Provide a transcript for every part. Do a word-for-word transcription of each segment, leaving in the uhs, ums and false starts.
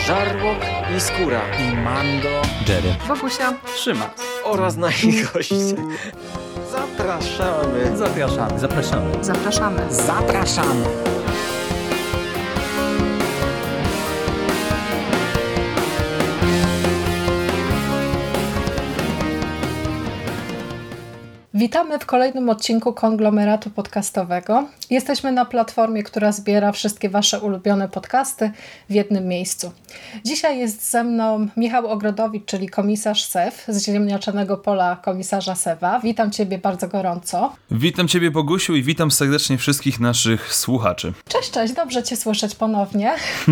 Żarłok i Skóra i Mando, Jerry, Wokusia, Szymas oraz nasi goście. Zapraszamy. Zapraszamy. Zapraszamy. zapraszamy. Zapraszamy. Witamy w kolejnym odcinku Konglomeratu Podcastowego. Jesteśmy na platformie, która zbiera wszystkie Wasze ulubione podcasty w jednym miejscu. Dzisiaj jest ze mną Michał Ogrodowicz, czyli komisarz S E W z ziemniaczanego pola komisarza Sewa. Witam Ciebie bardzo gorąco. Witam Ciebie, Bogusiu, i witam serdecznie wszystkich naszych słuchaczy. Cześć, cześć, dobrze Cię słyszeć ponownie.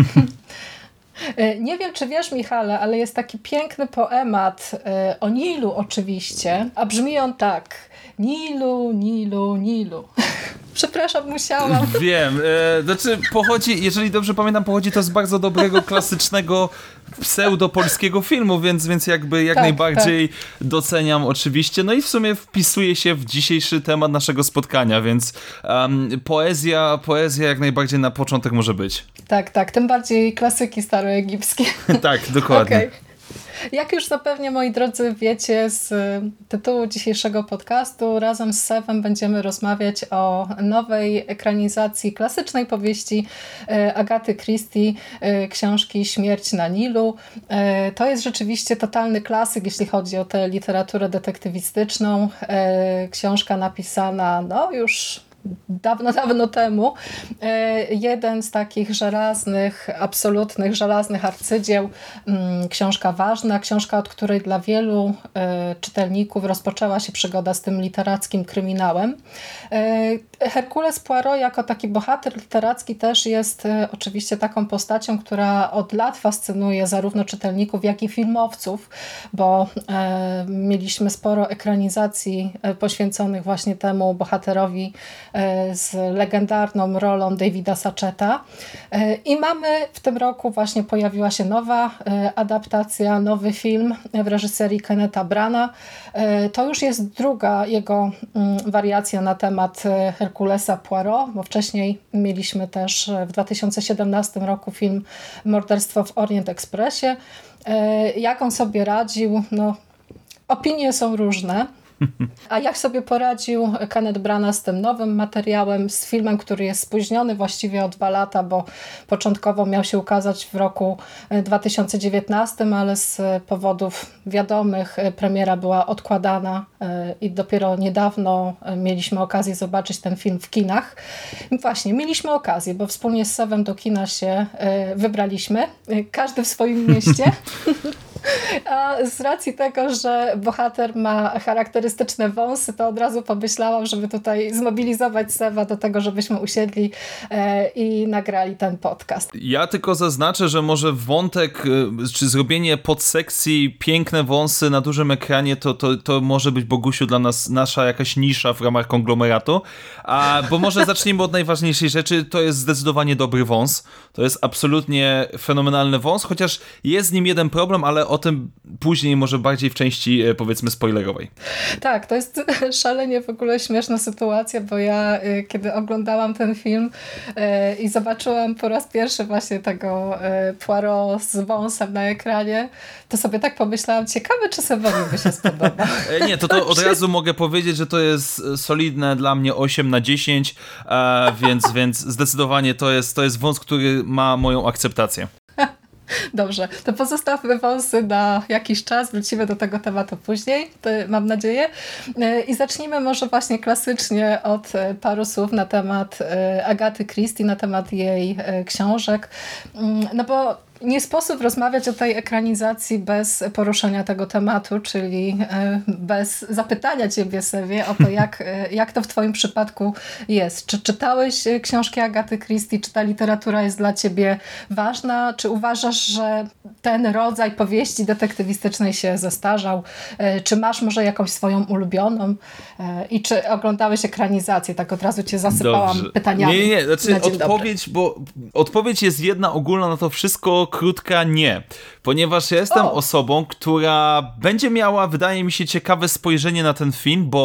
Nie wiem, czy wiesz, Michale, ale jest taki piękny poemat o Nilu oczywiście, a brzmi on tak: Nilu, Nilu, Nilu. Przepraszam, musiałam. Wiem, e, znaczy pochodzi, jeżeli dobrze pamiętam, pochodzi to z bardzo dobrego, klasycznego, pseudopolskiego filmu, więc, więc jakby jak tak, najbardziej tak. doceniam oczywiście. No i w sumie wpisuje się w dzisiejszy temat naszego spotkania, więc um, poezja, poezja jak najbardziej na początek może być. Tak, tak, tym bardziej klasyki staroegipskie. Tak, dokładnie. Okay. Jak już zapewne, moi drodzy, wiecie z tytułu dzisiejszego podcastu, razem z Sewem będziemy rozmawiać o nowej ekranizacji klasycznej powieści Agaty Christie, książki Śmierć na Nilu. To jest rzeczywiście totalny klasyk, jeśli chodzi o tę literaturę detektywistyczną. Książka napisana no już dawno, dawno temu. Jeden z takich żelaznych, absolutnych, żelaznych arcydzieł. Książka ważna, książka, od której dla wielu czytelników rozpoczęła się przygoda z tym literackim kryminałem. Herkules Poirot jako taki bohater literacki też jest oczywiście taką postacią, która od lat fascynuje zarówno czytelników, jak i filmowców, bo mieliśmy sporo ekranizacji poświęconych właśnie temu bohaterowi z legendarną rolą Davida Satcheta. I mamy w tym roku właśnie pojawiła się nowa adaptacja, nowy film w reżyserii Kennetha Brana. To już jest druga jego wariacja na temat Herkulesa Poirot, bo wcześniej mieliśmy też w dwa tysiące siedemnastym roku film Morderstwo w Orient Expressie. Jak on sobie radził? No, opinie są różne. A jak sobie poradził Kenneth Branagh z tym nowym materiałem, z filmem, który jest spóźniony właściwie o dwa lata, bo początkowo miał się ukazać w roku dwa tysiące dziewiętnastym, ale z powodów wiadomych premiera była odkładana i dopiero niedawno mieliśmy okazję zobaczyć ten film w kinach. I właśnie, mieliśmy okazję, bo wspólnie z Sewem do kina się wybraliśmy, każdy w swoim mieście. A z racji tego, że bohater ma charakterystyczne wąsy, to od razu pomyślałam, żeby tutaj zmobilizować Sewa do tego, żebyśmy usiedli e, i nagrali ten podcast. Ja tylko zaznaczę, że może wątek, czy zrobienie podsekcji piękne wąsy na dużym ekranie, to, to, to może być, Bogusiu, dla nas nasza jakaś nisza w ramach konglomeratu. A, bo może zacznijmy od najważniejszej rzeczy. To jest zdecydowanie dobry wąs. To jest absolutnie fenomenalny wąs, chociaż jest z nim jeden problem, ale o tym później, może bardziej w części, powiedzmy, spoilerowej. Tak, to jest szalenie w ogóle śmieszna sytuacja, bo ja kiedy oglądałam ten film i zobaczyłam po raz pierwszy właśnie tego Poirot z wąsem na ekranie, to sobie tak pomyślałam, ciekawe, czy Sebowi by się spodobał. Nie, to, to od razu mogę powiedzieć, że to jest solidne dla mnie osiem na dziesięć, więc, więc zdecydowanie to jest, to jest wąs, który ma moją akceptację. Dobrze, to pozostawmy wąsy na jakiś czas, wrócimy do tego tematu później, mam nadzieję. I zacznijmy może właśnie klasycznie od paru słów na temat Agaty Christie, na temat jej książek. No bo nie sposób rozmawiać o tej ekranizacji bez poruszenia tego tematu, czyli bez zapytania Ciebie, Sewie, o to, jak, jak to w Twoim przypadku jest. Czy czytałeś książki Agaty Christie? Czy ta literatura jest dla Ciebie ważna? Czy uważasz, że ten rodzaj powieści detektywistycznej się zestarzał? Czy masz może jakąś swoją ulubioną? I czy oglądałeś ekranizację? Tak od razu Cię zasypałam Dobrze. pytaniami. Nie, nie, znaczy na dzień odpowiedź, dobry. bo odpowiedź jest jedna ogólna na to wszystko, krótka nie. Ponieważ ja jestem o. osobą, która będzie miała, wydaje mi się, ciekawe spojrzenie na ten film, bo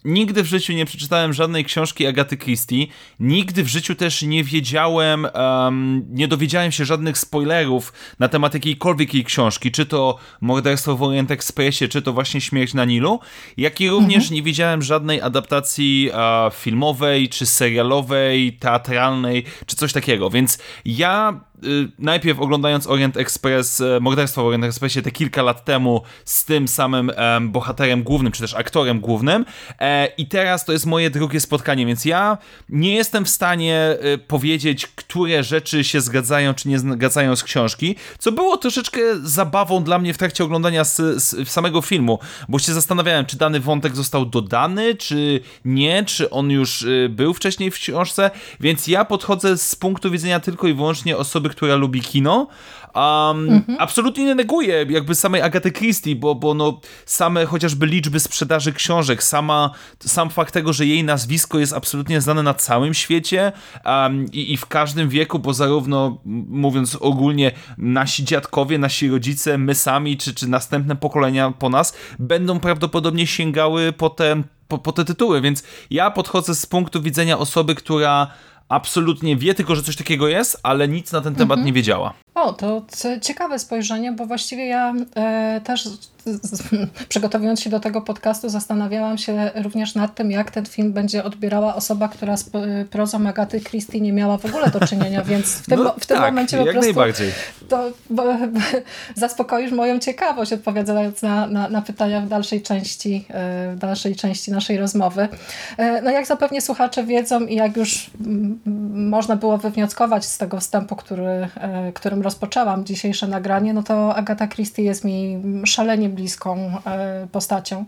nigdy w życiu nie przeczytałem żadnej książki Agaty Christie, nigdy w życiu też nie wiedziałem, um, nie dowiedziałem się żadnych spoilerów na temat jakiejkolwiek jej książki, czy to Morderstwo w Orient Expressie, czy to właśnie Śmierć na Nilu, jak i również mhm. nie widziałem żadnej adaptacji uh, filmowej, czy serialowej, teatralnej, czy coś takiego, więc ja najpierw oglądając Orient Express, Morderstwo w Orient Expressie te kilka lat temu z tym samym um, bohaterem głównym, czy też aktorem głównym e, i teraz to jest moje drugie spotkanie, więc ja nie jestem w stanie e, powiedzieć, które rzeczy się zgadzają, czy nie zgadzają z książki, co było troszeczkę zabawą dla mnie w trakcie oglądania z, z samego filmu, bo się zastanawiałem, czy dany wątek został dodany, czy nie, czy on już e, był wcześniej w książce, więc ja podchodzę z punktu widzenia tylko i wyłącznie osoby, która lubi kino. Um, mhm. Absolutnie nie neguję jakby samej Agaty Christie, bo, bo no same chociażby liczby sprzedaży książek, sama, sam fakt tego, że jej nazwisko jest absolutnie znane na całym świecie um, i, i w każdym wieku, bo zarówno mówiąc ogólnie nasi dziadkowie, nasi rodzice, my sami, czy, czy następne pokolenia po nas będą prawdopodobnie sięgały po te, po, po te tytuły, więc ja podchodzę z punktu widzenia osoby, która absolutnie wie tylko, że coś takiego jest, ale nic na ten temat mhm. nie wiedziała. O, to ciekawe spojrzenie, bo właściwie ja e, też przygotowując się do tego podcastu zastanawiałam się również nad tym, jak ten film będzie odbierała osoba, która z prozą Agaty Christie nie miała w ogóle do czynienia, więc w tym, no, w tym tak, momencie po jak prostu najbardziej. To bo, bo, zaspokoisz moją ciekawość, odpowiadając na, na, na pytania w dalszej części w dalszej części naszej rozmowy. No jak zapewne słuchacze wiedzą i jak już można było wywnioskować z tego wstępu, który, którym rozpoczęłam dzisiejsze nagranie, no to Agata Christie jest mi szalenie bliską postacią.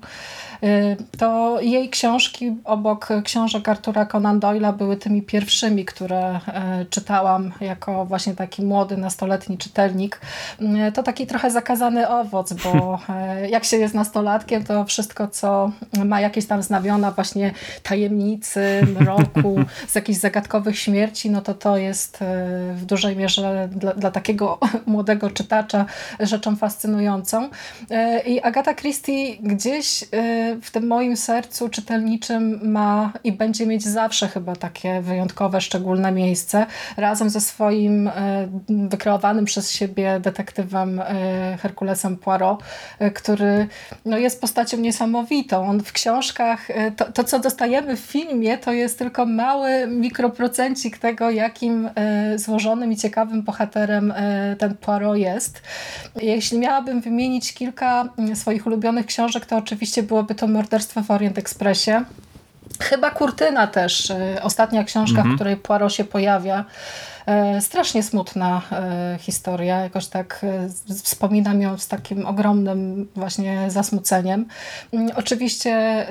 To jej książki obok książek Artura Conan Doyle'a były tymi pierwszymi, które czytałam jako właśnie taki młody, nastoletni czytelnik. To taki trochę zakazany owoc, bo jak się jest nastolatkiem, to wszystko, co ma jakieś tam znamiona właśnie tajemnicy, mroku, z jakichś zagadkowych śmierci, no to to jest w dużej mierze dla, dla takiego młodego czytacza rzeczą fascynującą. I Agata Christie gdzieś w tym moim sercu czytelniczym ma i będzie mieć zawsze chyba takie wyjątkowe, szczególne miejsce. Razem ze swoim wykreowanym przez siebie detektywem Herkulesem Poirot, który no, jest postacią niesamowitą. On w książkach, to, to co dostajemy w filmie, to jest tylko mały mikroprocencik tego, jakim złożonym i ciekawym bohaterem ten Poirot jest. Jeśli miałabym wymienić kilka swoich ulubionych książek, to oczywiście byłoby to Morderstwo w Orient Expressie. Chyba Kurtyna też, ostatnia książka, mhm. w której Poirot się pojawia. Strasznie smutna historia, jakoś tak wspominam ją z takim ogromnym właśnie zasmuceniem. Oczywiście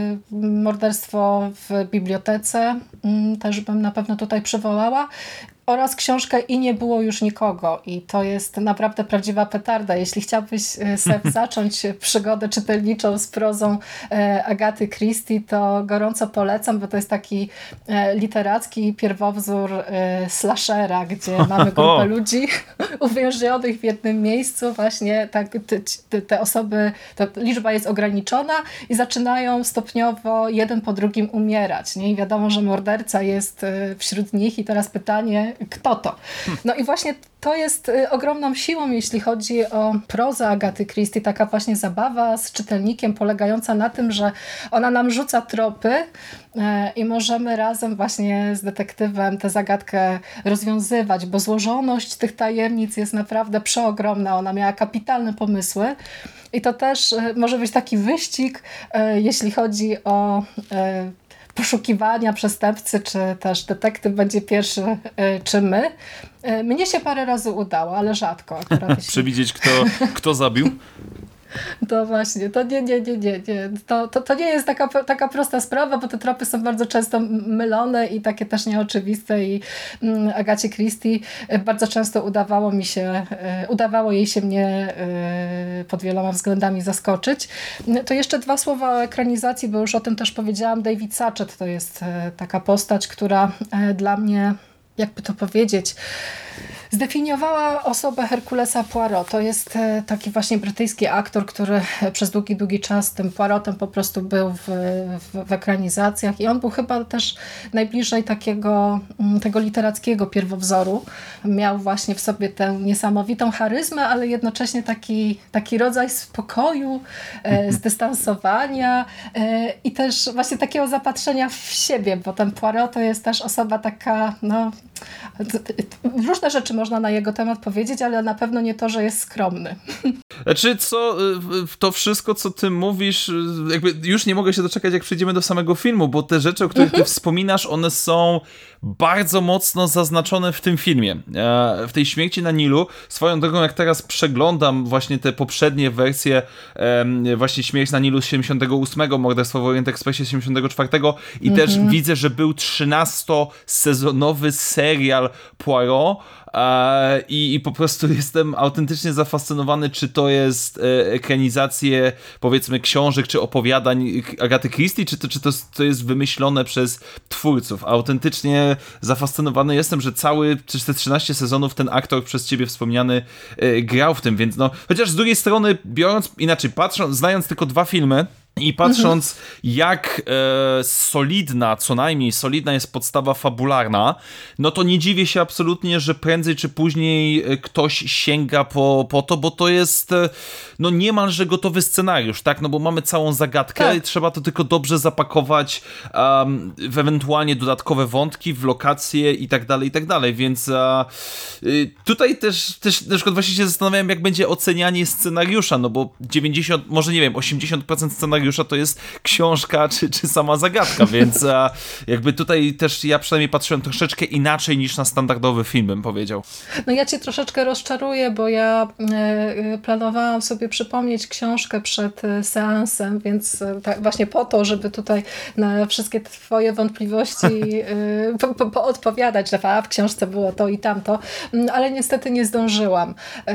Morderstwo w bibliotece też bym na pewno tutaj przywołała. Oraz książkę I nie było już nikogo. I to jest naprawdę prawdziwa petarda. Jeśli chciałbyś Seb, zacząć przygodę czytelniczą z prozą Agaty Christie, to gorąco polecam, bo to jest taki literacki pierwowzór slashera, gdzie mamy grupę ludzi uwięzionych w jednym miejscu. Właśnie tak, te, te osoby, ta liczba jest ograniczona i zaczynają stopniowo jeden po drugim umierać. Nie? I wiadomo, że morderca jest wśród nich i teraz pytanie, kto to? No i właśnie to jest ogromną siłą, jeśli chodzi o prozę Agaty Christie, taka właśnie zabawa z czytelnikiem polegająca na tym, że ona nam rzuca tropy i możemy razem właśnie z detektywem tę zagadkę rozwiązywać, bo złożoność tych tajemnic jest naprawdę przeogromna. Ona miała kapitalne pomysły i to też może być taki wyścig, jeśli chodzi o poszukiwania przestępcy, czy też detektyw będzie pierwszy, czy my. Mnie się parę razy udało, ale rzadko. Przewidzieć, kto, kto zabił? To właśnie, to nie, nie, nie, nie, nie. To, to, to nie jest taka, taka prosta sprawa, bo te tropy są bardzo często mylone i takie też nieoczywiste i Agacie Christie bardzo często udawało mi się, udawało jej się mnie pod wieloma względami zaskoczyć. To jeszcze dwa słowa o ekranizacji, bo już o tym też powiedziałam. David Suchet to jest taka postać, która dla mnie, jakby to powiedzieć, zdefiniowała osobę Herkulesa Poirot. To jest taki właśnie brytyjski aktor, który przez długi, długi czas tym Poirotem po prostu był w, w, w ekranizacjach i on był chyba też najbliżej takiego tego literackiego pierwowzoru. Miał właśnie w sobie tę niesamowitą charyzmę, ale jednocześnie taki, taki rodzaj spokoju, e, zdystansowania e, i też właśnie takiego zapatrzenia w siebie, bo ten Poirot to jest też osoba taka, no różne rzeczy można na jego temat powiedzieć, ale na pewno nie to, że jest skromny. Znaczy, co, to wszystko, co ty mówisz, jakby już nie mogę się doczekać, jak przejdziemy do samego filmu, bo te rzeczy, o których ty wspominasz, one są bardzo mocno zaznaczone w tym filmie. W tej Śmierci na Nilu, swoją drogą, jak teraz przeglądam właśnie te poprzednie wersje, właśnie Śmierć na Nilu z siedemdziesiątego ósmego, Morderstwo w Orient Expressie z siedemdziesiątego czwartego i też Mhm. widzę, że był trzynastosezonowy serial Poirot, E, i, I po prostu jestem autentycznie zafascynowany, czy to jest e, ekranizacje, powiedzmy, książek czy opowiadań Agaty Christie, czy to, czy to, to jest wymyślone przez twórców. Autentycznie zafascynowany jestem, że cały, przez te trzynaście sezonów ten aktor przez ciebie wspomniany e, grał w tym, więc no, chociaż z drugiej strony, biorąc, inaczej, patrząc, znając tylko dwa filmy, i patrząc, mhm. jak e, solidna, co najmniej solidna jest podstawa fabularna, no to nie dziwię się absolutnie, że prędzej czy później ktoś sięga po, po to, bo to jest e, no niemalże gotowy scenariusz, tak? No bo mamy całą zagadkę tak. i trzeba to tylko dobrze zapakować um, w ewentualnie dodatkowe wątki, w lokacje i tak dalej, i tak dalej, więc e, y, tutaj też, też na przykład właśnie się zastanawiałem, jak będzie ocenianie scenariusza, no bo dziewięćdziesiąt, może nie wiem, osiemdziesiąt procent scenariusza to jest książka czy, czy sama zagadka, więc a, jakby tutaj też ja przynajmniej patrzyłem troszeczkę inaczej niż na standardowy film, bym powiedział. No ja cię troszeczkę rozczaruję, bo ja e, planowałam sobie przypomnieć książkę przed e, seansem, więc e, tak właśnie po to, żeby tutaj na wszystkie twoje wątpliwości e, po, po, poodpowiadać, że a, w książce było to i tamto, ale niestety nie zdążyłam. E,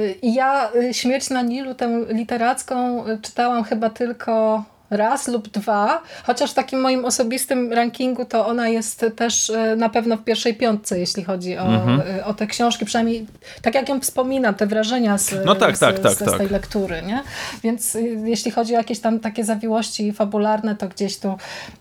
ja Śmierć na Nilu, tę literacką, czytałam chyba tylko raz lub dwa, chociaż w takim moim osobistym rankingu to ona jest też na pewno w pierwszej piątce, jeśli chodzi o, mhm. o te książki, przynajmniej tak jak ją wspominam, te wrażenia z, no tak, z, tak, tak, z, z tak. tej lektury, nie? Więc jeśli chodzi o jakieś tam takie zawiłości fabularne, to gdzieś tu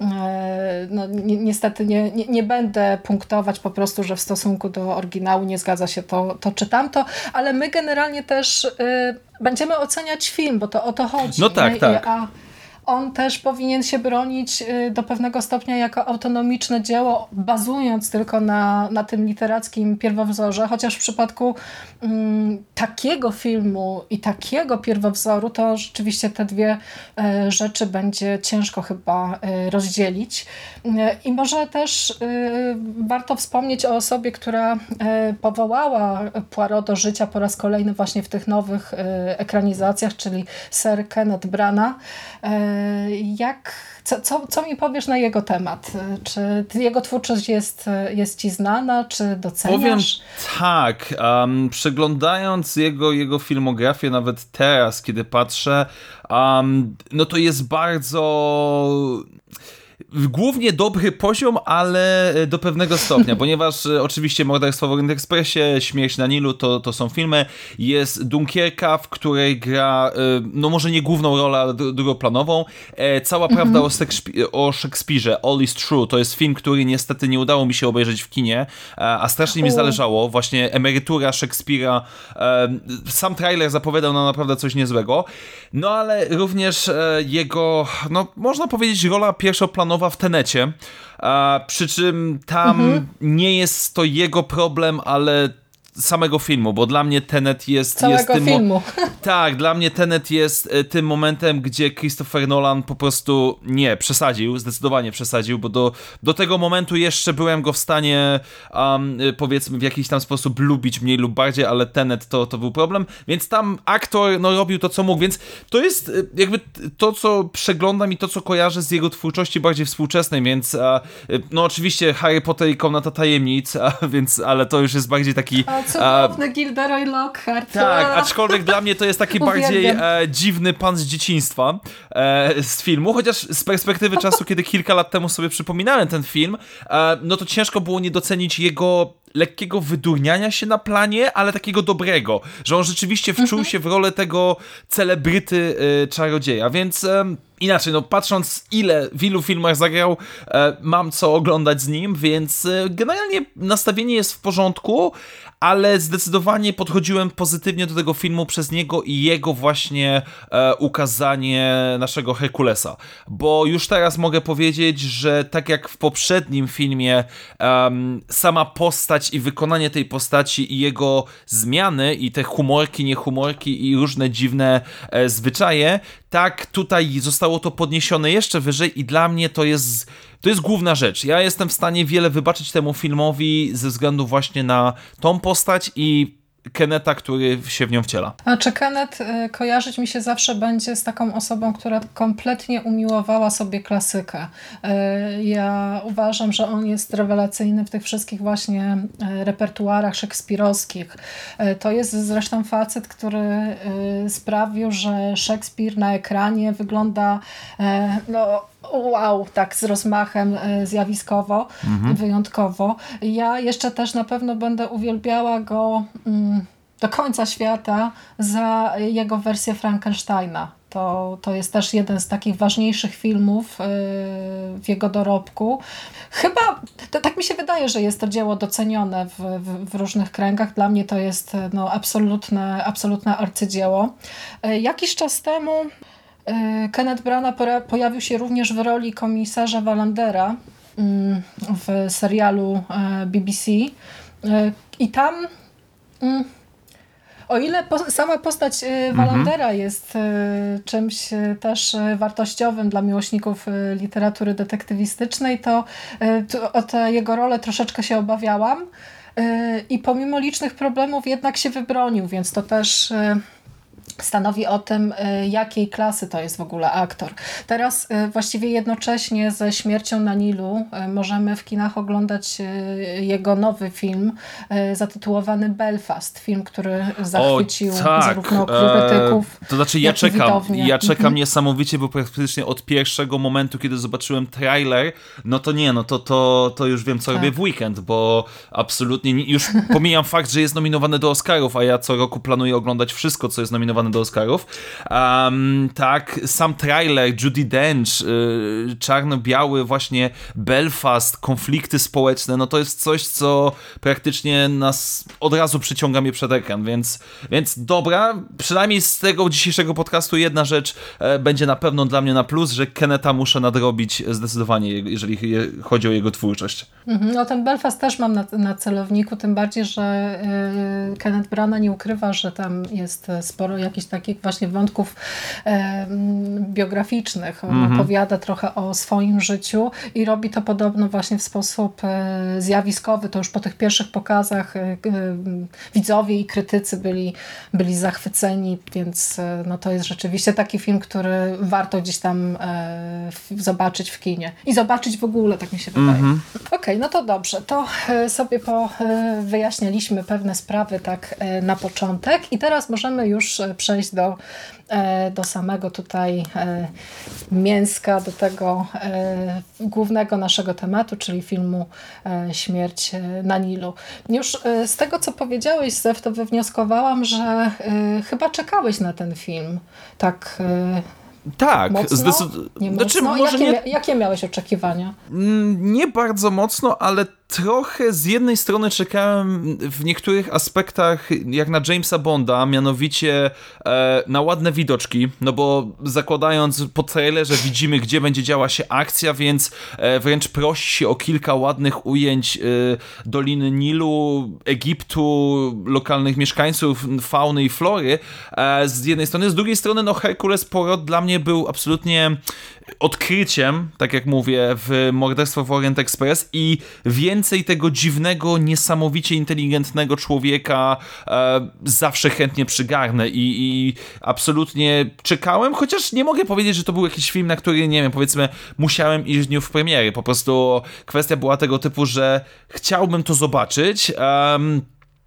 e, no, ni niestety nie, nie, nie będę punktować po prostu, że w stosunku do oryginału nie zgadza się to, to czy tamto, ale my generalnie też e, będziemy oceniać film, bo to o to chodzi. No tak, nie? tak. I, a on też powinien się bronić do pewnego stopnia jako autonomiczne dzieło, bazując tylko na, na tym literackim pierwowzorze, chociaż w przypadku mm, takiego filmu i takiego pierwowzoru, to rzeczywiście te dwie e, rzeczy będzie ciężko chyba e, rozdzielić. E, I może też e, warto wspomnieć o osobie, która e, powołała Poirot do życia po raz kolejny właśnie w tych nowych e, ekranizacjach, czyli Sir Kenneth Branagh. E, Jak, co, co, co mi powiesz na jego temat? Czy jego twórczość jest, jest ci znana, czy doceniasz? Powiem tak, um, przeglądając jego, jego filmografię nawet teraz, kiedy patrzę, um, no to jest bardzo... Głównie dobry poziom, ale do pewnego stopnia, ponieważ oczywiście Morderstwo w Orient Expressie, Śmierć na Nilu to, to są filmy, jest Dunkierka, w której gra, no może nie główną rolę, ale drugoplanową. Cała mhm. prawda o, o Szekspirze, All is True, to jest film, który niestety nie udało mi się obejrzeć w kinie, a strasznie mi U. zależało. Właśnie emerytura Szekspira, sam trailer zapowiadał na naprawdę coś niezłego, no ale również jego, no można powiedzieć, rola pierwszoplanowa w Tenecie, a, przy czym tam mhm. nie jest to jego problem, ale samego filmu, bo dla mnie Tenet jest... Całego jest tym filmu. Tak, dla mnie Tenet jest tym momentem, gdzie Christopher Nolan po prostu nie, przesadził, zdecydowanie przesadził, bo do, do tego momentu jeszcze byłem go w stanie um, powiedzmy w jakiś tam sposób lubić mniej lub bardziej, ale Tenet to, to był problem, więc tam aktor no, robił to, co mógł, więc to jest jakby to, co przeglądam i to, co kojarzę z jego twórczości bardziej współczesnej, więc a, no oczywiście Harry Potter i Komnata Tajemnic, a, więc, ale to już jest bardziej taki... Cudowny Gilderoy Lockhart. Tak, aczkolwiek dla mnie to jest taki bardziej e, dziwny pan z dzieciństwa e, z filmu, chociaż z perspektywy czasu, kiedy kilka lat temu sobie przypominałem ten film, e, no to ciężko było nie docenić jego lekkiego wydurniania się na planie, ale takiego dobrego, że on rzeczywiście wczuł mhm. się w rolę tego celebryty y, czarodzieja, więc... Y, Inaczej, no patrząc ile, w ilu filmach zagrał, e, mam co oglądać z nim, więc e, generalnie nastawienie jest w porządku, ale zdecydowanie podchodziłem pozytywnie do tego filmu przez niego i jego właśnie e, ukazanie naszego Herkulesa. Bo już teraz mogę powiedzieć, że tak jak w poprzednim filmie um, sama postać i wykonanie tej postaci i jego zmiany i te humorki, niehumorki i różne dziwne e, zwyczaje, tak tutaj zostało to podniesione jeszcze wyżej i dla mnie to jest, to jest główna rzecz. Ja jestem w stanie wiele wybaczyć temu filmowi ze względu właśnie na tą postać i Kenneta, który się w nią wciela. A czy Kenneth y, kojarzyć mi się zawsze będzie z taką osobą, która kompletnie umiłowała sobie klasykę. Y, ja uważam, że on jest rewelacyjny w tych wszystkich właśnie y, repertuarach szekspirowskich. Y, to jest zresztą facet, który y, sprawił, że Szekspir na ekranie wygląda y, no wow, tak z rozmachem zjawiskowo, mhm. wyjątkowo. Ja jeszcze też na pewno będę uwielbiała go mm, do końca świata za jego wersję Frankensteina. To, to jest też jeden z takich ważniejszych filmów yy, w jego dorobku. Chyba, to, tak mi się wydaje, że jest to dzieło docenione w, w, w różnych kręgach. Dla mnie to jest no, absolutne, absolutne arcydzieło. Yy, jakiś czas temu Kenneth Branagh pojawił się również w roli komisarza Wallandera w serialu B B C i tam o ile po, sama postać Wallandera mhm. jest czymś też wartościowym dla miłośników literatury detektywistycznej, to, to o tę jego rolę troszeczkę się obawiałam i pomimo licznych problemów jednak się wybronił, więc to też stanowi o tym, jakiej klasy to jest w ogóle aktor. Teraz właściwie jednocześnie ze Śmiercią na Nilu możemy w kinach oglądać jego nowy film zatytułowany Belfast. Film, który zachwycił o, tak. zarówno krytyków, e, To znaczy ja czekam. widownię. Ja czekam mhm. niesamowicie, bo praktycznie od pierwszego momentu, kiedy zobaczyłem trailer, no to nie, no to, to, to już wiem, co tak. robię w weekend, bo absolutnie nie, już pomijam fakt, że jest nominowany do Oscarów, a ja co roku planuję oglądać wszystko, co jest nominowane do Oscarów. Um, tak, sam trailer, Judi Dench, yy, czarno-biały właśnie Belfast, konflikty społeczne, no to jest coś, co praktycznie nas od razu przyciąga mnie przed ekran, więc, więc dobra, przynajmniej z tego dzisiejszego podcastu jedna rzecz e, będzie na pewno dla mnie na plus, że Kenneta muszę nadrobić zdecydowanie, jeżeli chodzi o jego twórczość. Mhm, no ten Belfast też mam na, na celowniku, tym bardziej, że yy, Kenneth Branagh nie ukrywa, że tam jest sporo jakichś takich właśnie wątków e, biograficznych. On mm-hmm. opowiada trochę o swoim życiu i robi to podobno właśnie w sposób e, zjawiskowy. To już po tych pierwszych pokazach e, e, widzowie i krytycy byli, byli zachwyceni, więc e, no to jest rzeczywiście taki film, który warto gdzieś tam e, w, zobaczyć w kinie. I zobaczyć w ogóle, tak mi się wydaje. Mm-hmm. Okej, okay, no to dobrze. To e, sobie po, e, wyjaśnialiśmy pewne sprawy tak e, na początek i teraz możemy już e, przejść do, do samego tutaj mięska, do tego głównego naszego tematu, czyli filmu Śmierć na Nilu. Już z tego, co powiedziałeś, Zef, to wywnioskowałam, że chyba czekałeś na ten film. Tak... Tak, zdecydowanie. Znaczy, może jakie, nie... jakie miałeś oczekiwania? Nie bardzo mocno, ale trochę z jednej strony czekałem w niektórych aspektach jak na Jamesa Bonda, mianowicie e, na ładne widoczki, no bo zakładając po trailerze widzimy, gdzie będzie działa się akcja, więc e, wręcz prosi się o kilka ładnych ujęć e, Doliny Nilu, Egiptu, lokalnych mieszkańców, fauny i flory e, z jednej strony, z drugiej strony no Herkules Poirot dla mnie był absolutnie odkryciem, tak jak mówię, w Morderstwo w Orient Express i więcej tego dziwnego, niesamowicie inteligentnego człowieka e, zawsze chętnie przygarnę i, i absolutnie czekałem, chociaż nie mogę powiedzieć, że to był jakiś film, na który, nie wiem, powiedzmy, musiałem iść w dniu w premiery. Po prostu kwestia była tego typu, że chciałbym to zobaczyć, um,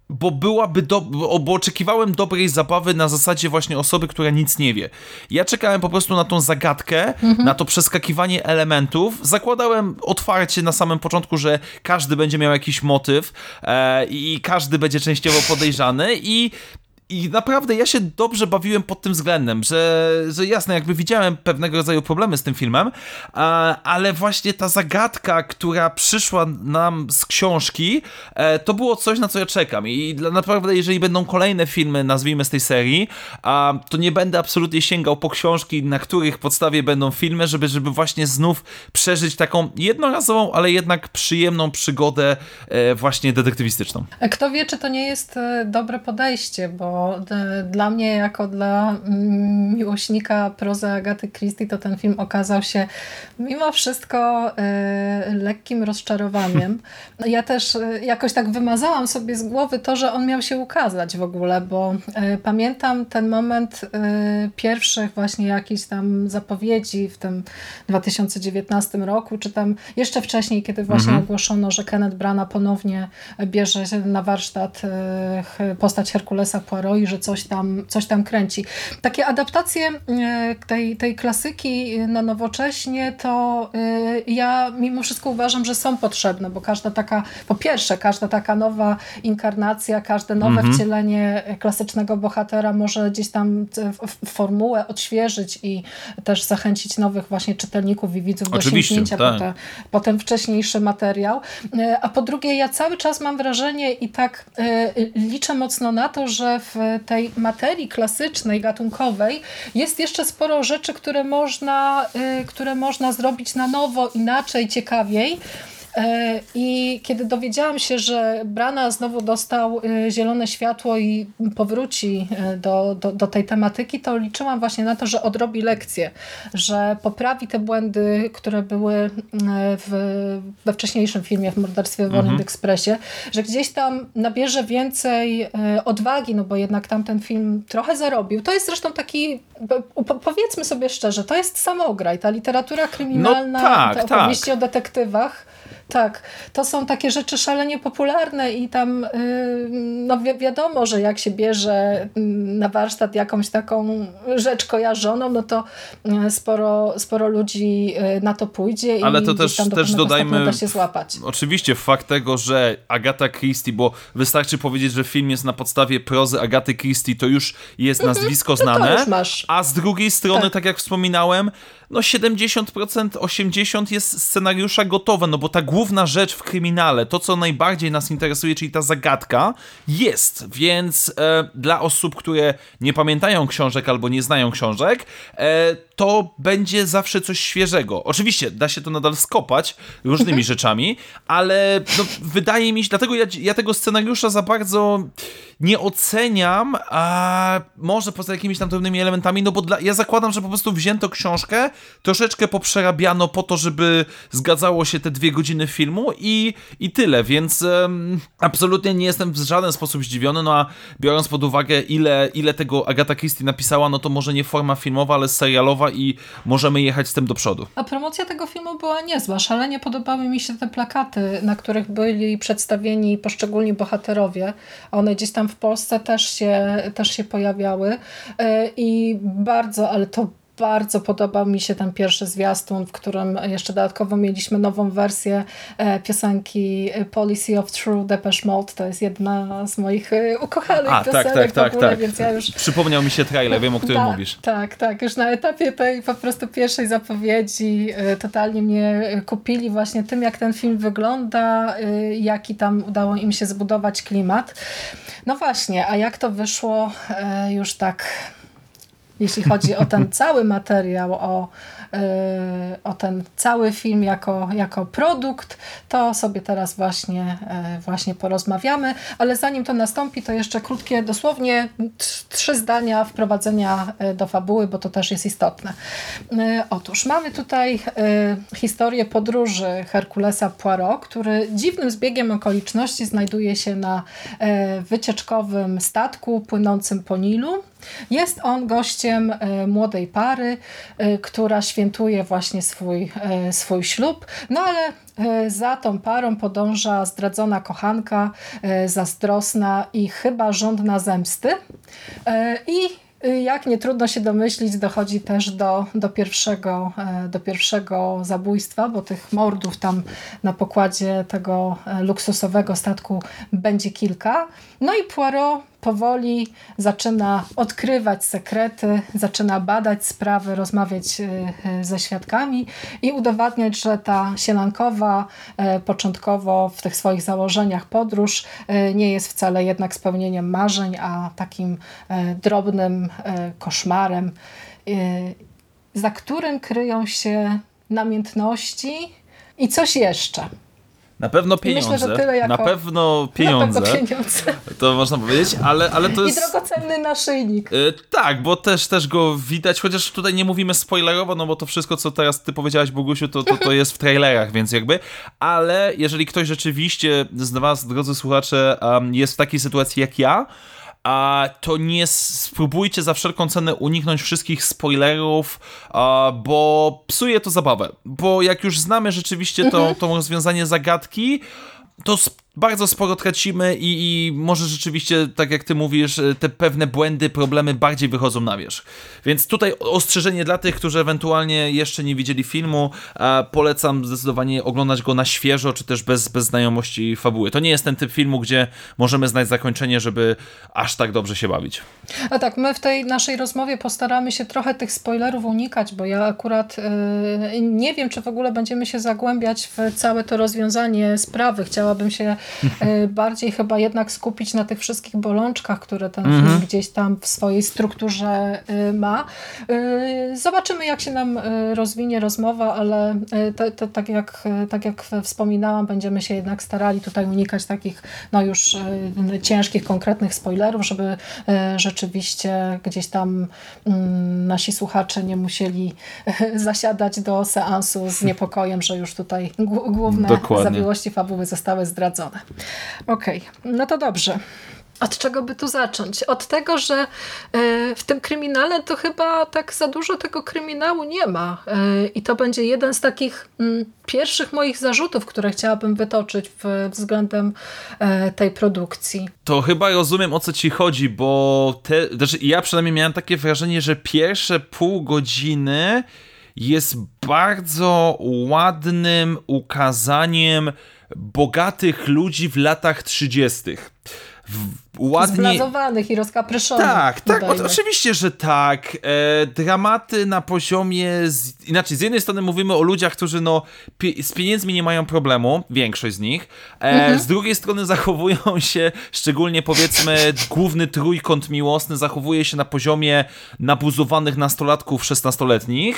bo byłaby do, bo, bo oczekiwałem dobrej zabawy na zasadzie właśnie osoby, która nic nie wie. Ja czekałem po prostu na tą zagadkę, mhm. na to przeskakiwanie elementów. Zakładałem otwarcie na samym początku, że każdy będzie miał jakiś motyw e, i każdy będzie częściowo podejrzany i I naprawdę ja się dobrze bawiłem pod tym względem, że, że jasne, jakby widziałem pewnego rodzaju problemy z tym filmem, ale właśnie ta zagadka, która przyszła nam z książki, to było coś, na co ja czekam. I naprawdę, jeżeli będą kolejne filmy, nazwijmy z tej serii, to nie będę absolutnie sięgał po książki, na których podstawie będą filmy, żeby, żeby właśnie znów przeżyć taką jednorazową, ale jednak przyjemną przygodę właśnie detektywistyczną. Kto wie, czy to nie jest dobre podejście, bo dla mnie, jako dla miłośnika prozy Agaty Christie, to ten film okazał się mimo wszystko e, lekkim rozczarowaniem. Ja też e, jakoś tak wymazałam sobie z głowy to, że on miał się ukazać w ogóle, bo e, pamiętam ten moment e, pierwszych właśnie jakichś tam zapowiedzi w tym dwa tysiące dziewiętnastym roku, czy tam jeszcze wcześniej, kiedy właśnie mhm. ogłoszono, że Kenneth Branagh ponownie bierze się na warsztat e, postać Herkulesa Poirot i że coś tam, coś tam kręci. Takie adaptacje tej, tej klasyki na nowocześnie to ja mimo wszystko uważam, że są potrzebne, bo każda taka, po pierwsze, każda taka nowa inkarnacja, każde nowe mhm. wcielenie klasycznego bohatera może gdzieś tam formułę odświeżyć i też zachęcić nowych właśnie czytelników i widzów do sięgnięcia tak. po, te, po ten wcześniejszy materiał. A po drugie, ja cały czas mam wrażenie i tak liczę mocno na to, że w tej materii klasycznej, gatunkowej jest jeszcze sporo rzeczy, które można, które można zrobić na nowo, inaczej, ciekawiej. I kiedy dowiedziałam się, że Branagh znowu dostał zielone światło i powróci do, do, do tej tematyki, to liczyłam właśnie na to, że odrobi lekcję, że poprawi te błędy, które były w, we wcześniejszym filmie, w Morderstwie w Orient mhm. Expressie, że gdzieś tam nabierze więcej odwagi, no bo jednak tamten film trochę zarobił. To jest zresztą taki, powiedzmy sobie szczerze, to jest samograj, ta literatura kryminalna, no tak, te opowieści tak. o detektywach. Tak, to są takie rzeczy szalenie popularne i tam yy, no wi- wiadomo, że jak się bierze na warsztat jakąś taką rzecz kojarzoną, no to sporo, sporo ludzi na to pójdzie. Ale i to też, tam do też dodajmy da się złapać. Oczywiście fakt tego, że Agata Christie, bo wystarczy powiedzieć, że film jest na podstawie prozy Agaty Christie, to już jest mm-hmm, nazwisko znane, no to już masz. A z drugiej strony, tak, tak jak wspominałem, no siedemdziesiąt procent, osiemdziesiąt procent jest scenariusza gotowe, no bo ta główna rzecz w kryminale, to co najbardziej nas interesuje, czyli ta zagadka, jest, więc e, dla osób, które nie pamiętają książek albo nie znają książek, e, to będzie zawsze coś świeżego. Oczywiście da się to nadal skopać różnymi rzeczami, ale no, wydaje mi się, dlatego ja, ja tego scenariusza za bardzo nie oceniam, a może poza jakimiś tam drobnymi elementami, no bo dla, ja zakładam, że po prostu wzięto książkę, troszeczkę poprzerabiano po to, żeby zgadzało się te dwie godziny filmu i, i tyle, więc um, absolutnie nie jestem w żaden sposób zdziwiony, no a biorąc pod uwagę ile, ile tego Agata Christie napisała, no to może nie forma filmowa, ale serialowa i możemy jechać z tym do przodu. A promocja tego filmu była niezła, szalenie podobały mi się te plakaty, na których byli przedstawieni poszczególni bohaterowie, one gdzieś tam w Polsce też się, też się pojawiały i bardzo, ale to bardzo podobał mi się ten pierwszy zwiastun, w którym jeszcze dodatkowo mieliśmy nową wersję e, piosenki Policy of True Depeche Mode. To jest jedna z moich e, ukochanych A, piosenek tak, tak, w ogóle, tak, więc ja już... Przypomniał mi się trailer, wiem o którym tak, mówisz. Tak, tak. Już na etapie tej po prostu pierwszej zapowiedzi e, totalnie mnie kupili właśnie tym, jak ten film wygląda, e, jaki tam udało im się zbudować klimat. No właśnie, a jak to wyszło e, już tak... Jeśli chodzi o ten cały materiał, o, yy, o ten cały film jako, jako produkt, to sobie teraz właśnie, yy, właśnie porozmawiamy. Ale zanim to nastąpi, to jeszcze krótkie, dosłownie trzy zdania wprowadzenia do fabuły, bo to też jest istotne. Yy, otóż mamy tutaj yy, historię podróży Herkulesa Poirot, który dziwnym zbiegiem okoliczności znajduje się na yy, wycieczkowym statku płynącym po Nilu. Jest on gościem młodej pary, która świętuje właśnie swój, swój ślub, no ale za tą parą podąża zdradzona kochanka, zazdrosna i chyba żądna zemsty. I jak nie trudno się domyślić, dochodzi też do, do, pierwszego, do pierwszego zabójstwa, bo tych mordów tam na pokładzie tego luksusowego statku będzie kilka. No i Poirot powoli zaczyna odkrywać sekrety, zaczyna badać sprawy, rozmawiać ze świadkami i udowadniać, że ta sielankowa początkowo w tych swoich założeniach podróż nie jest wcale jednak spełnieniem marzeń, a takim drobnym koszmarem, za którym kryją się namiętności i coś jeszcze. Na pewno pieniądze. Myślę, że tyle jako... Na pewno pieniądze. Na pewno pieniądze. To można powiedzieć, ale, ale to jest... I drogocenny naszyjnik. Yy, tak, bo też, też go widać, chociaż tutaj nie mówimy spoilerowo, no bo to wszystko, co teraz ty powiedziałaś, Bogusiu, to, to, to jest w trailerach, więc jakby, ale jeżeli ktoś rzeczywiście z was, drodzy słuchacze, um, jest w takiej sytuacji jak ja, a to nie spróbujcie za wszelką cenę uniknąć wszystkich spoilerów, a, bo psuje to zabawę. Bo jak już znamy rzeczywiście to, Mhm. to rozwiązanie zagadki, to sp- bardzo sporo tracimy i, i może rzeczywiście, tak jak ty mówisz, te pewne błędy, problemy bardziej wychodzą na wierzch. Więc tutaj ostrzeżenie dla tych, którzy ewentualnie jeszcze nie widzieli filmu, e, polecam zdecydowanie oglądać go na świeżo, czy też bez, bez znajomości fabuły. To nie jest ten typ filmu, gdzie możemy znać zakończenie, żeby aż tak dobrze się bawić. A tak, my w tej naszej rozmowie postaramy się trochę tych spoilerów unikać, bo ja akurat yy, nie wiem, czy w ogóle będziemy się zagłębiać w całe to rozwiązanie sprawy. Chciałabym się yy, bardziej chyba jednak skupić na tych wszystkich bolączkach, które ten Mhm. film gdzieś tam w swojej strukturze yy, ma. Yy, zobaczymy, jak się nam yy, rozwinie rozmowa, ale yy, to, to, tak, jak, yy, tak jak wspominałam, będziemy się jednak starali tutaj unikać takich no już yy, ciężkich, konkretnych spoilerów, żeby yy, rzeczywiście gdzieś tam mm, nasi słuchacze nie musieli zasiadać do seansu z niepokojem, że już tutaj g- główne Dokładnie. zawiłości fabuły zostały zdradzone. Okej, no to dobrze. Od czego by tu zacząć? Od tego, że y, w tym kryminale to chyba tak za dużo tego kryminału nie ma. Y, I to będzie jeden z takich mm, pierwszych moich zarzutów, które chciałabym wytoczyć w, względem y, tej produkcji. To chyba rozumiem, o co ci chodzi, bo te, znaczy ja przynajmniej miałem takie wrażenie, że pierwsze pół godziny jest bardzo ładnym ukazaniem bogatych ludzi w latach trzydziestych. W- Ładnie... Zblazowanych i rozkapryszonych. Tak, tak, o, dodajmy. oczywiście, że tak. E, dramaty na poziomie... Z, inaczej, z jednej strony mówimy o ludziach, którzy no, pie, z pieniędzmi nie mają problemu, większość z nich. E, Mhm. Z drugiej strony zachowują się, szczególnie powiedzmy główny trójkąt miłosny, zachowuje się na poziomie nabuzowanych nastolatków szesnastoletnich.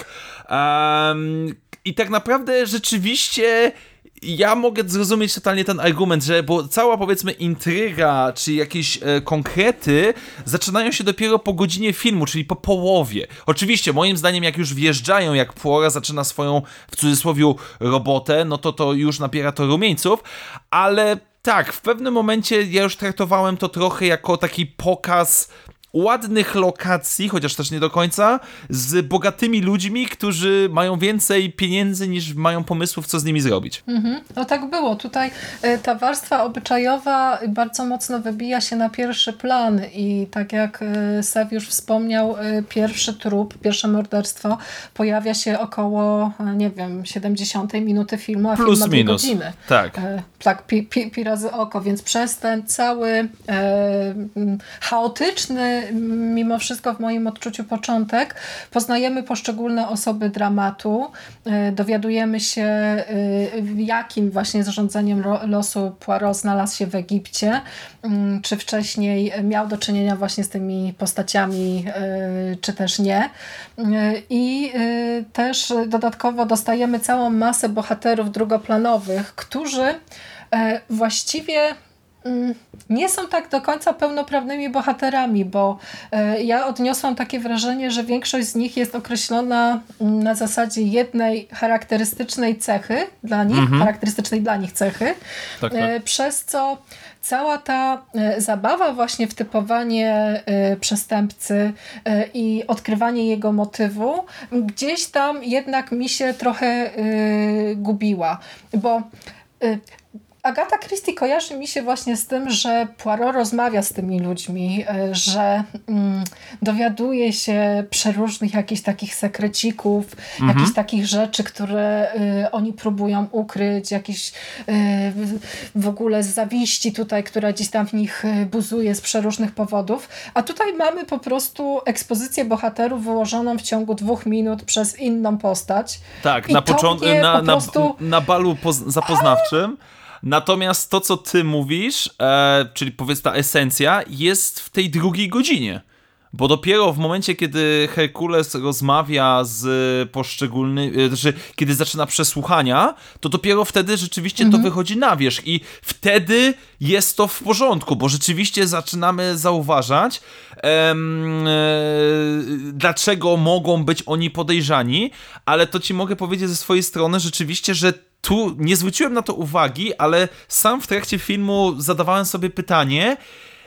Um, I tak naprawdę rzeczywiście... Ja mogę zrozumieć totalnie ten argument, że bo cała powiedzmy intryga, czy jakieś e, konkrety zaczynają się dopiero po godzinie filmu, czyli po połowie. Oczywiście, moim zdaniem, jak już wjeżdżają, jak Poirot zaczyna swoją, w cudzysłowie, robotę, no to to już nabiera to rumieńców, ale tak, w pewnym momencie ja już traktowałem to trochę jako taki pokaz ładnych lokacji, chociaż też nie do końca, z bogatymi ludźmi, którzy mają więcej pieniędzy niż mają pomysłów, co z nimi zrobić. Mhm. No tak było. Tutaj y, ta warstwa obyczajowa bardzo mocno wybija się na pierwszy plan i tak jak y, Sev już wspomniał, y, pierwszy trup, pierwsze morderstwo pojawia się około, y, nie wiem, siedemdziesiątej minuty filmu, a Plus film ma dwie minus. godziny. Tak. E, tak, pi, pi, pi razy oko, więc przez ten cały e, m, chaotyczny mimo wszystko w moim odczuciu początek poznajemy poszczególne osoby dramatu, e, dowiadujemy się e, jakim właśnie zarządzeniem ro, losu Poirot znalazł się w Egipcie, m, czy wcześniej miał do czynienia właśnie z tymi postaciami, e, czy też nie. E, I e, też dodatkowo dostajemy całą masę bohaterów drugoplanowych, którzy e, właściwie mm, nie są tak do końca pełnoprawnymi bohaterami, bo y, ja odniosłam takie wrażenie, że większość z nich jest określona mm, na zasadzie jednej charakterystycznej cechy dla nich, mhm. charakterystycznej dla nich cechy, tak, tak. Y, przez co cała ta y, zabawa właśnie w typowanie y, przestępcy y, i odkrywanie jego motywu gdzieś tam jednak mi się trochę y, gubiła, bo y, Agata Christie kojarzy mi się właśnie z tym, że Poirot rozmawia z tymi ludźmi, że mm, dowiaduje się przeróżnych jakichś takich sekrecików, mhm. jakichś takich rzeczy, które y, oni próbują ukryć, jakiś y, w ogóle zawiści tutaj, która gdzieś tam w nich buzuje z przeróżnych powodów. A tutaj mamy po prostu ekspozycję bohaterów wyłożoną w ciągu dwóch minut przez inną postać. Tak, I na początku, na, po prostu... na, na balu poz- zapoznawczym. Natomiast to, co ty mówisz, e, czyli powiedz ta esencja, jest w tej drugiej godzinie. Bo dopiero w momencie, kiedy Herkules rozmawia z poszczególnymi, znaczy kiedy zaczyna przesłuchania, to dopiero wtedy rzeczywiście mhm. to wychodzi na wierzch i wtedy jest to w porządku, bo rzeczywiście zaczynamy zauważać, em, e, dlaczego mogą być oni podejrzani, ale to ci mogę powiedzieć ze swojej strony rzeczywiście, że tu nie zwróciłem na to uwagi, ale sam w trakcie filmu zadawałem sobie pytanie,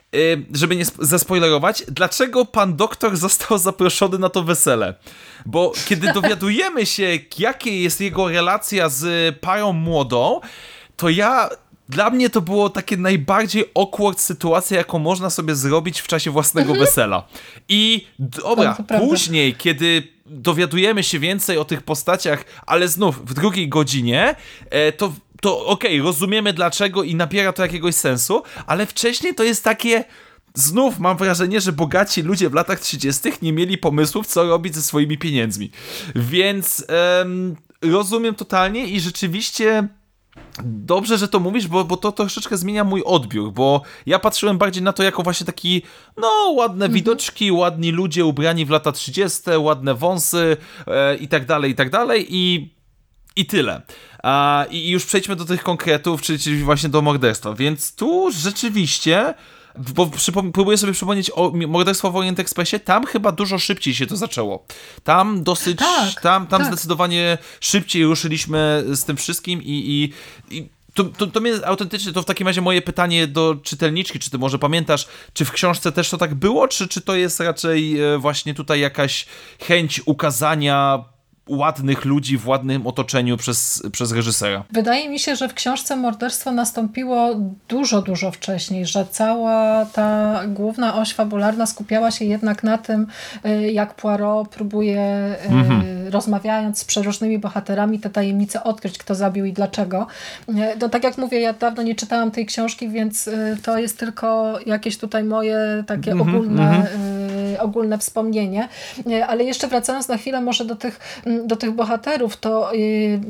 żeby nie zaspoilerować, dlaczego pan doktor został zaproszony na to wesele. Bo kiedy dowiadujemy się, jaka jest jego relacja z parą młodą, to ja... Dla mnie to było takie najbardziej awkward sytuacja, jaką można sobie zrobić w czasie własnego mhm. wesela. I dobra, później, kiedy dowiadujemy się więcej o tych postaciach, ale znów w drugiej godzinie, to, to okej, okay, rozumiemy dlaczego i nabiera to jakiegoś sensu, ale wcześniej to jest takie... Znów mam wrażenie, że bogaci ludzie w latach trzydziestych nie mieli pomysłów, co robić ze swoimi pieniędzmi. Więc em, rozumiem totalnie i rzeczywiście... Dobrze, że to mówisz, bo, bo to troszeczkę zmienia mój odbiór, bo ja patrzyłem bardziej na to jako właśnie taki, no, ładne mm-hmm. widoczki, ładni ludzie ubrani w lata trzydzieste, ładne wąsy e, i tak dalej, i tak dalej i, i tyle. A, I już przejdźmy do tych konkretów, czyli, czyli właśnie do morderstwa, więc tu rzeczywiście... Bo przypom- próbuję sobie przypomnieć o morderstwo w Orient Expressie, tam chyba dużo szybciej się to zaczęło. Tam dosyć, tak, tam, tam tak. zdecydowanie szybciej ruszyliśmy z tym wszystkim i, i, i to, to, to mnie autentycznie, to w takim razie moje pytanie do czytelniczki, czy ty może pamiętasz, czy w książce też to tak było, czy, czy to jest raczej właśnie tutaj jakaś chęć ukazania ładnych ludzi w ładnym otoczeniu przez, przez reżysera. Wydaje mi się, że w książce morderstwo nastąpiło dużo, dużo wcześniej, że cała ta główna oś fabularna skupiała się jednak na tym, jak Poirot próbuje, mhm. rozmawiając z przeróżnymi bohaterami, te tajemnice odkryć, kto zabił i dlaczego. No, tak jak mówię, ja dawno nie czytałam tej książki, więc to jest tylko jakieś tutaj moje takie mhm. ogólne, mhm. ogólne wspomnienie. Ale jeszcze wracając na chwilę może do tych do tych bohaterów, to yy,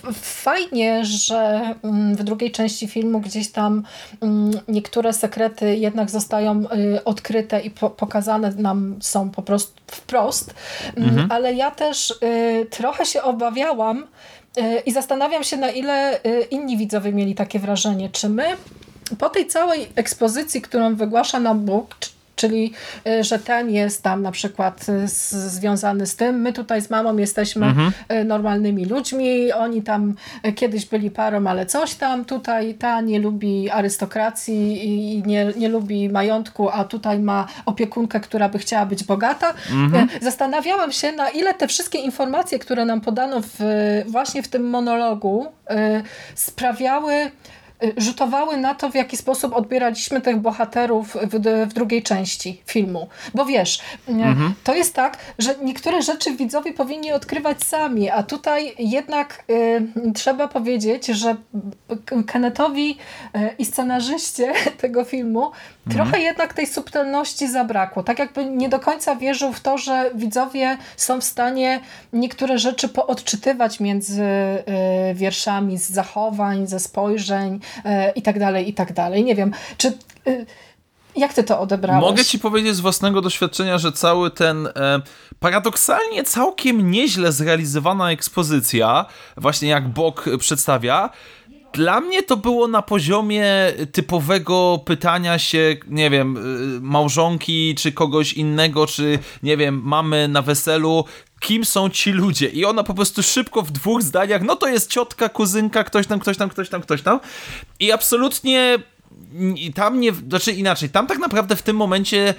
fajnie, że yy, w drugiej części filmu gdzieś tam yy, niektóre sekrety jednak zostają yy, odkryte i po, pokazane nam są po prostu wprost, yy, mhm. ale ja też yy, trochę się obawiałam yy, i zastanawiam się, na ile yy, inni widzowie mieli takie wrażenie. Czy my po tej całej ekspozycji, którą wygłasza nam Bóg, czyli, że ten jest tam na przykład z, związany z tym. My tutaj z mamą jesteśmy mhm. normalnymi ludźmi. Oni tam kiedyś byli parą, ale coś tam. Tutaj ta nie lubi arystokracji i nie, nie lubi majątku, a tutaj ma opiekunkę, która by chciała być bogata. Mhm. Zastanawiałam się, na ile te wszystkie informacje, które nam podano w, właśnie w tym monologu, sprawiały rzutowały na to, w jaki sposób odbieraliśmy tych bohaterów w, w drugiej części filmu. Bo wiesz, mhm. to jest tak, że niektóre rzeczy widzowie powinni odkrywać sami, a tutaj jednak y, trzeba powiedzieć, że Kennethowi y, i scenarzyście tego filmu mhm. trochę jednak tej subtelności zabrakło. Tak jakby nie do końca wierzył w to, że widzowie są w stanie niektóre rzeczy poodczytywać między y, wierszami, z zachowań, ze spojrzeń, i tak dalej, i tak dalej. Nie wiem, czy... Jak ty to odebrałeś? Mogę ci powiedzieć z własnego doświadczenia, że cały ten e, paradoksalnie całkiem nieźle zrealizowana ekspozycja, właśnie jak Bok przedstawia, Dla mnie to było na poziomie typowego pytania się, nie wiem, małżonki, czy kogoś innego, czy nie wiem, mamy na weselu, kim są ci ludzie? I ona po prostu szybko w dwóch zdaniach, no to jest ciotka, kuzynka, ktoś tam, ktoś tam, ktoś tam, ktoś tam. I absolutnie tam nie, znaczy inaczej, tam tak naprawdę w tym momencie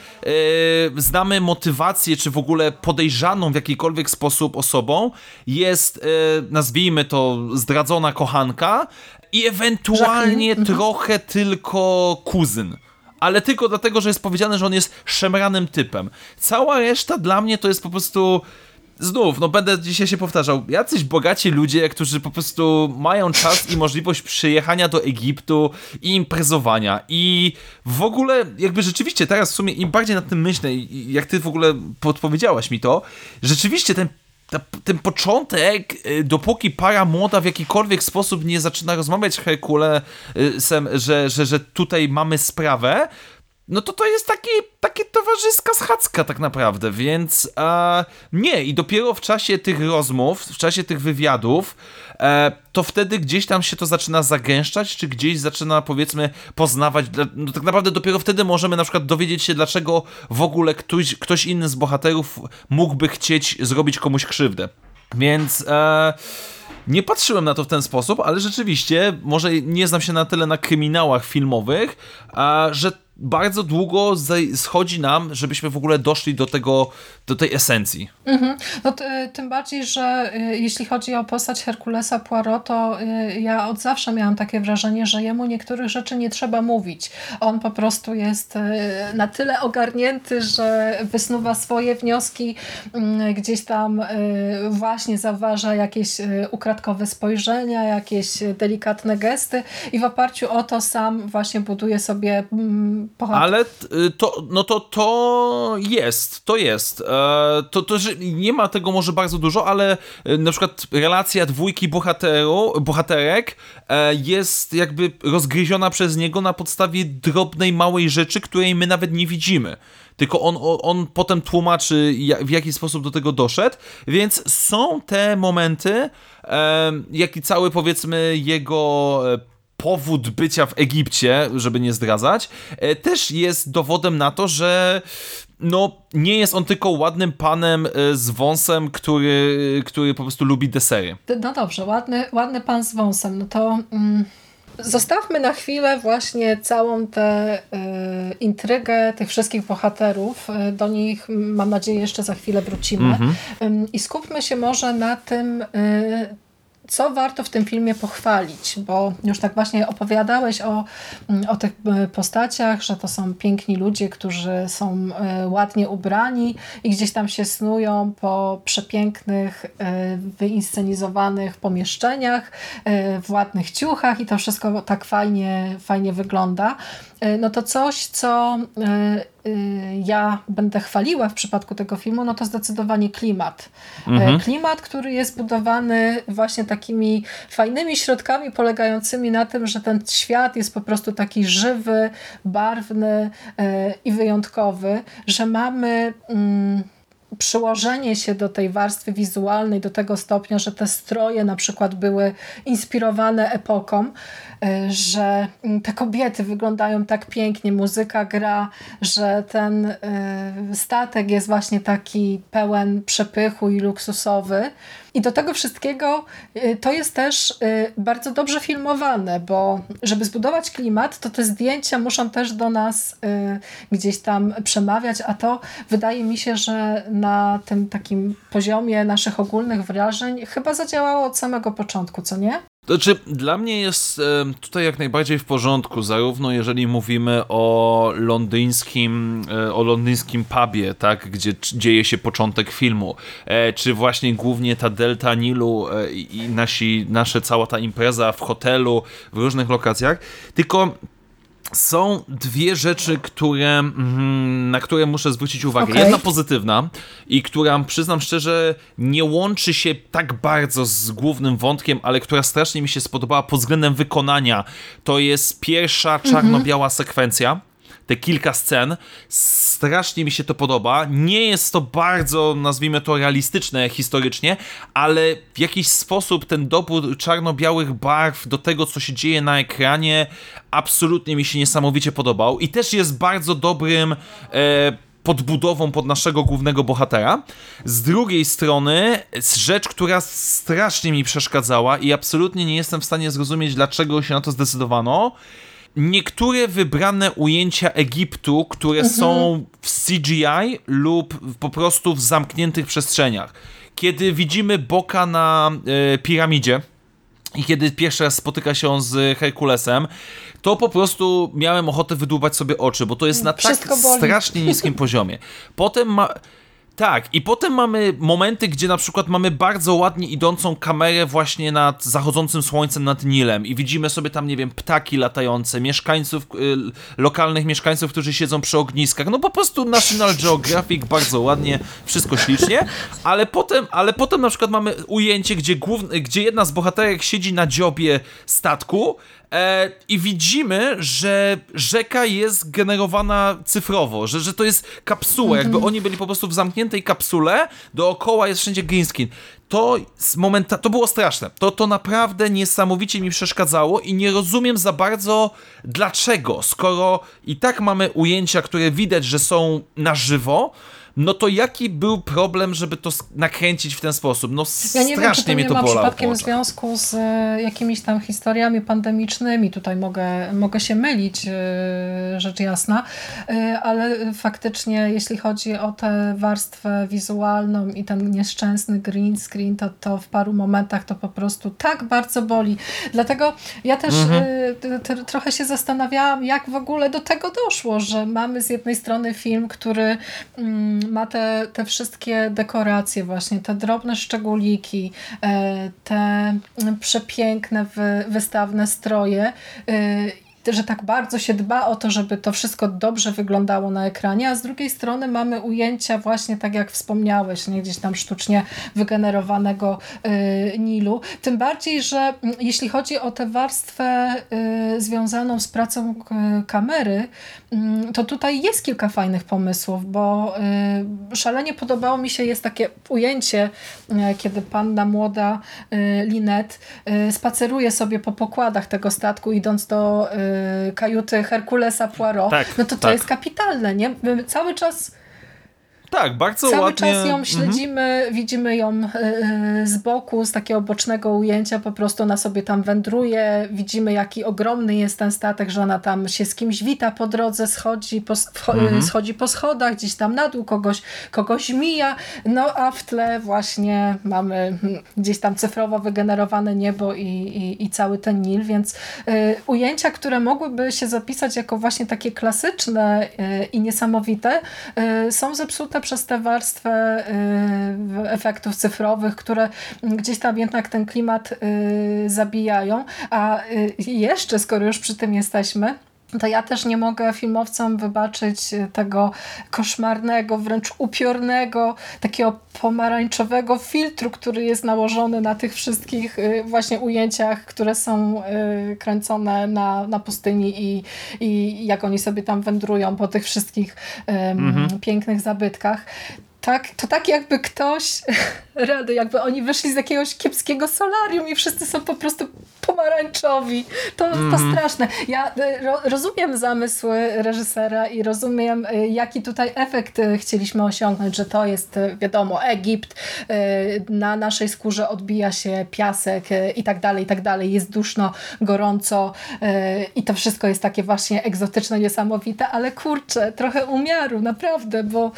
yy, znamy motywację, czy w ogóle podejrzaną w jakikolwiek sposób osobą jest, yy, nazwijmy to, zdradzona kochanka i ewentualnie Jacqueline. trochę mhm. tylko kuzyn. Ale tylko dlatego, że jest powiedziane, że on jest szemranym typem. Cała reszta dla mnie to jest po prostu... Znów, no będę dzisiaj się powtarzał, jacyś bogaci ludzie, którzy po prostu mają czas i możliwość przyjechania do Egiptu i imprezowania. I w ogóle, jakby rzeczywiście teraz w sumie im bardziej nad tym myślę, jak ty w ogóle podpowiedziałaś mi to, rzeczywiście ten, ta, ten początek, dopóki para młoda w jakikolwiek sposób nie zaczyna rozmawiać z Herkulesem, że, że, że tutaj mamy sprawę, no to to jest taki, takie towarzyska schadzka tak naprawdę, więc e, nie, i dopiero w czasie tych rozmów, w czasie tych wywiadów, e, to wtedy gdzieś tam się to zaczyna zagęszczać, czy gdzieś zaczyna, powiedzmy, poznawać, no tak naprawdę dopiero wtedy możemy na przykład dowiedzieć się, dlaczego w ogóle ktoś, ktoś inny z bohaterów mógłby chcieć zrobić komuś krzywdę, więc... E, Nie patrzyłem na to w ten sposób, ale rzeczywiście, może nie znam się na tyle na kryminałach filmowych, a, że bardzo długo schodzi nam, żebyśmy w ogóle doszli do tego, do tej esencji. Mhm. No t- tym bardziej, że y, jeśli chodzi o postać Herkulesa Poirot, to y, ja od zawsze miałam takie wrażenie, że jemu niektórych rzeczy nie trzeba mówić. On po prostu jest y, na tyle ogarnięty, że wysnuwa swoje wnioski, y, gdzieś tam y, właśnie zauważa jakieś y, ukradkowe spojrzenia, jakieś delikatne gesty i w oparciu o to sam właśnie buduje sobie y, bohater. Ale to, no to, to jest, to jest. E, to, to, że nie ma tego może bardzo dużo, ale na przykład relacja dwójki bohateru, bohaterek e, jest jakby rozgryziona przez niego na podstawie drobnej, małej rzeczy, której my nawet nie widzimy. Tylko on, on potem tłumaczy, w jaki sposób do tego doszedł, więc są te momenty, e, jak i cały, powiedzmy, jego powód bycia w Egipcie, żeby nie zdradzać, też jest dowodem na to, że no, nie jest on tylko ładnym panem z wąsem, który, który po prostu lubi desery. No dobrze, ładny, ładny pan z wąsem, no to... Mm... Zostawmy na chwilę właśnie całą tę y, intrygę tych wszystkich bohaterów. Do nich, mam nadzieję, jeszcze za chwilę wrócimy. Mm-hmm. Y, I skupmy się może na tym, y, co warto w tym filmie pochwalić, bo już tak właśnie opowiadałeś o, o tych postaciach, że to są piękni ludzie, którzy są ładnie ubrani i gdzieś tam się snują po przepięknych, wyinscenizowanych pomieszczeniach, w ładnych ciuchach i to wszystko tak fajnie, fajnie wygląda. No to coś, co ja będę chwaliła w przypadku tego filmu, no to zdecydowanie klimat. Mhm. Klimat, który jest budowany właśnie takimi fajnymi środkami polegającymi na tym, że ten świat jest po prostu taki żywy, barwny i wyjątkowy, że mamy mm, przyłożenie się do tej warstwy wizualnej do tego stopnia, że te stroje na przykład były inspirowane epoką, że te kobiety wyglądają tak pięknie, muzyka gra, że ten statek jest właśnie taki pełen przepychu i luksusowy. I do tego wszystkiego to jest też bardzo dobrze filmowane, bo żeby zbudować klimat, to te zdjęcia muszą też do nas gdzieś tam przemawiać, a to wydaje mi się, że na tym takim poziomie naszych ogólnych wrażeń chyba zadziałało od samego początku, co nie? Znaczy, dla mnie jest tutaj jak najbardziej w porządku, zarówno jeżeli mówimy o londyńskim, o londyńskim pubie, tak, gdzie dzieje się początek filmu, czy właśnie głównie ta delta Nilu i nasi, nasze cała ta impreza w hotelu, w różnych lokacjach, tylko są dwie rzeczy, które, na które muszę zwrócić uwagę. Okay. Jedna pozytywna i która, przyznam szczerze, nie łączy się tak bardzo z głównym wątkiem, ale która strasznie mi się spodobała pod względem wykonania. To jest pierwsza czarno-biała sekwencja. te kilka scen. Strasznie mi się to podoba. Nie jest to bardzo, nazwijmy to, realistyczne historycznie, ale w jakiś sposób ten dobór czarno-białych barw do tego, co się dzieje na ekranie, absolutnie mi się niesamowicie podobał. I też jest bardzo dobrym e, podbudową pod naszego głównego bohatera. Z drugiej strony rzecz, która strasznie mi przeszkadzała i absolutnie nie jestem w stanie zrozumieć, dlaczego się na to zdecydowano. Niektóre wybrane ujęcia Egiptu, które mhm. są w C G I lub po prostu w zamkniętych przestrzeniach. Kiedy widzimy Boka na e, piramidzie i kiedy pierwszy raz spotyka się z Herkulesem, to po prostu miałem ochotę wydłubać sobie oczy, bo to jest na Wszystko tak boli. strasznie niskim poziomie. Potem ma... Tak, i potem mamy momenty, gdzie na przykład mamy bardzo ładnie idącą kamerę właśnie nad zachodzącym słońcem nad Nilem i widzimy sobie tam, nie wiem, ptaki latające, mieszkańców, y, lokalnych mieszkańców, którzy siedzą przy ogniskach. No po prostu National Geographic, bardzo ładnie, wszystko ślicznie, ale potem, ale potem na przykład mamy ujęcie, gdzie, główny, gdzie jedna z bohaterek siedzi na dziobie statku, E, i widzimy, że rzeka jest generowana cyfrowo, że, że to jest kapsuła, jakby oni byli po prostu w zamkniętej kapsule, dookoła jest wszędzie green screen. To, z momenta, to było straszne. To, to naprawdę niesamowicie mi przeszkadzało i nie rozumiem za bardzo dlaczego, skoro i tak mamy ujęcia, które widać, że są na żywo, no to jaki był problem, żeby to nakręcić w ten sposób? No ja nie strasznie wiem, czy to mnie nie to ma bolało. przypadkiem w związku z y, jakimiś tam historiami pandemicznymi. Tutaj mogę, mogę się mylić, y, rzecz jasna, y, ale faktycznie jeśli chodzi o tę warstwę wizualną i ten nieszczęsny green screen, to, to w paru momentach to po prostu tak bardzo boli. Dlatego ja też mhm. y, t, trochę się zastanawiałam, jak w ogóle do tego doszło, że mamy z jednej strony film, który mm, ma te, te wszystkie dekoracje właśnie, te drobne szczególiki, te przepiękne wy, wystawne stroje, że tak bardzo się dba o to, żeby to wszystko dobrze wyglądało na ekranie, a z drugiej strony mamy ujęcia właśnie tak jak wspomniałeś, nie, gdzieś tam sztucznie wygenerowanego y, Nilu. Tym bardziej, że jeśli chodzi o tę warstwę y, związaną z pracą y, kamery, y, to tutaj jest kilka fajnych pomysłów, bo y, szalenie podobało mi się, jest takie ujęcie, y, kiedy panna młoda y, Lynette y, spaceruje sobie po pokładach tego statku, idąc do y, kajuty Herkulesa Poirot, tak, no to to tak. jest kapitalne, nie? My cały czas Tak, bardzo Cały ładnie. czas ją śledzimy, mhm. widzimy ją y, z boku, z takiego bocznego ujęcia, po prostu ona sobie tam wędruje, widzimy jaki ogromny jest ten statek, że ona tam się z kimś wita po drodze, schodzi po, mhm. schodzi po schodach, gdzieś tam na dół, kogoś, kogoś mija, no a w tle właśnie mamy gdzieś tam cyfrowo wygenerowane niebo i, i, i cały ten Nil, więc y, ujęcia, które mogłyby się zapisać jako właśnie takie klasyczne y, i niesamowite, y, są zepsute przez tę warstwę y, efektów cyfrowych, które gdzieś tam jednak ten klimat y, zabijają. A y, jeszcze, skoro już przy tym jesteśmy, to ja też nie mogę filmowcom wybaczyć tego koszmarnego, wręcz upiornego, takiego pomarańczowego filtru, który jest nałożony na tych wszystkich właśnie ujęciach, które są kręcone na, na pustyni i, i jak oni sobie tam wędrują po tych wszystkich mhm. pięknych zabytkach. Tak, to tak jakby ktoś, rady, jakby oni wyszli z jakiegoś kiepskiego solarium i wszyscy są po prostu pomarańczowi. To, mm. to straszne. Ja ro, rozumiem zamysły reżysera i rozumiem, jaki tutaj efekt chcieliśmy osiągnąć, że to jest, wiadomo, Egipt, na naszej skórze odbija się piasek i tak dalej, i tak dalej. Jest duszno, gorąco i to wszystko jest takie właśnie egzotyczne, niesamowite, ale kurczę, trochę umiaru, naprawdę, bo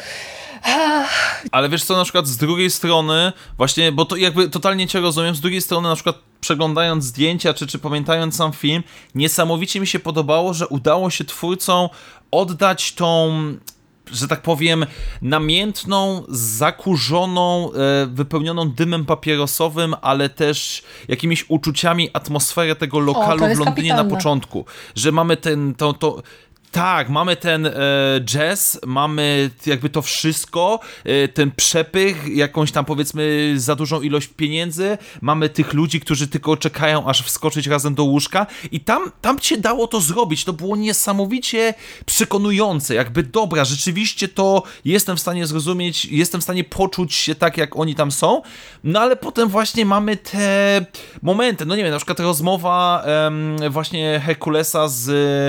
ale wiesz co, na przykład z drugiej strony, właśnie, bo to jakby totalnie cię rozumiem, z drugiej strony na przykład przeglądając zdjęcia, czy, czy pamiętając sam film, niesamowicie mi się podobało, że udało się twórcom oddać tą, że tak powiem, namiętną, zakurzoną, e, wypełnioną dymem papierosowym, ale też jakimiś uczuciami atmosferę tego lokalu o, w Londynie kapitalne. Na początku. Że mamy ten, to, to Tak, mamy ten e, jazz, mamy jakby to wszystko, e, ten przepych, jakąś tam powiedzmy za dużą ilość pieniędzy, mamy tych ludzi, którzy tylko czekają, aż wskoczyć razem do łóżka i tam, tam się dało to zrobić, to było niesamowicie przekonujące, jakby dobra, rzeczywiście to jestem w stanie zrozumieć, jestem w stanie poczuć się tak, jak oni tam są, no ale potem właśnie mamy te momenty, no nie wiem, na przykład rozmowa em, właśnie Herkulesa z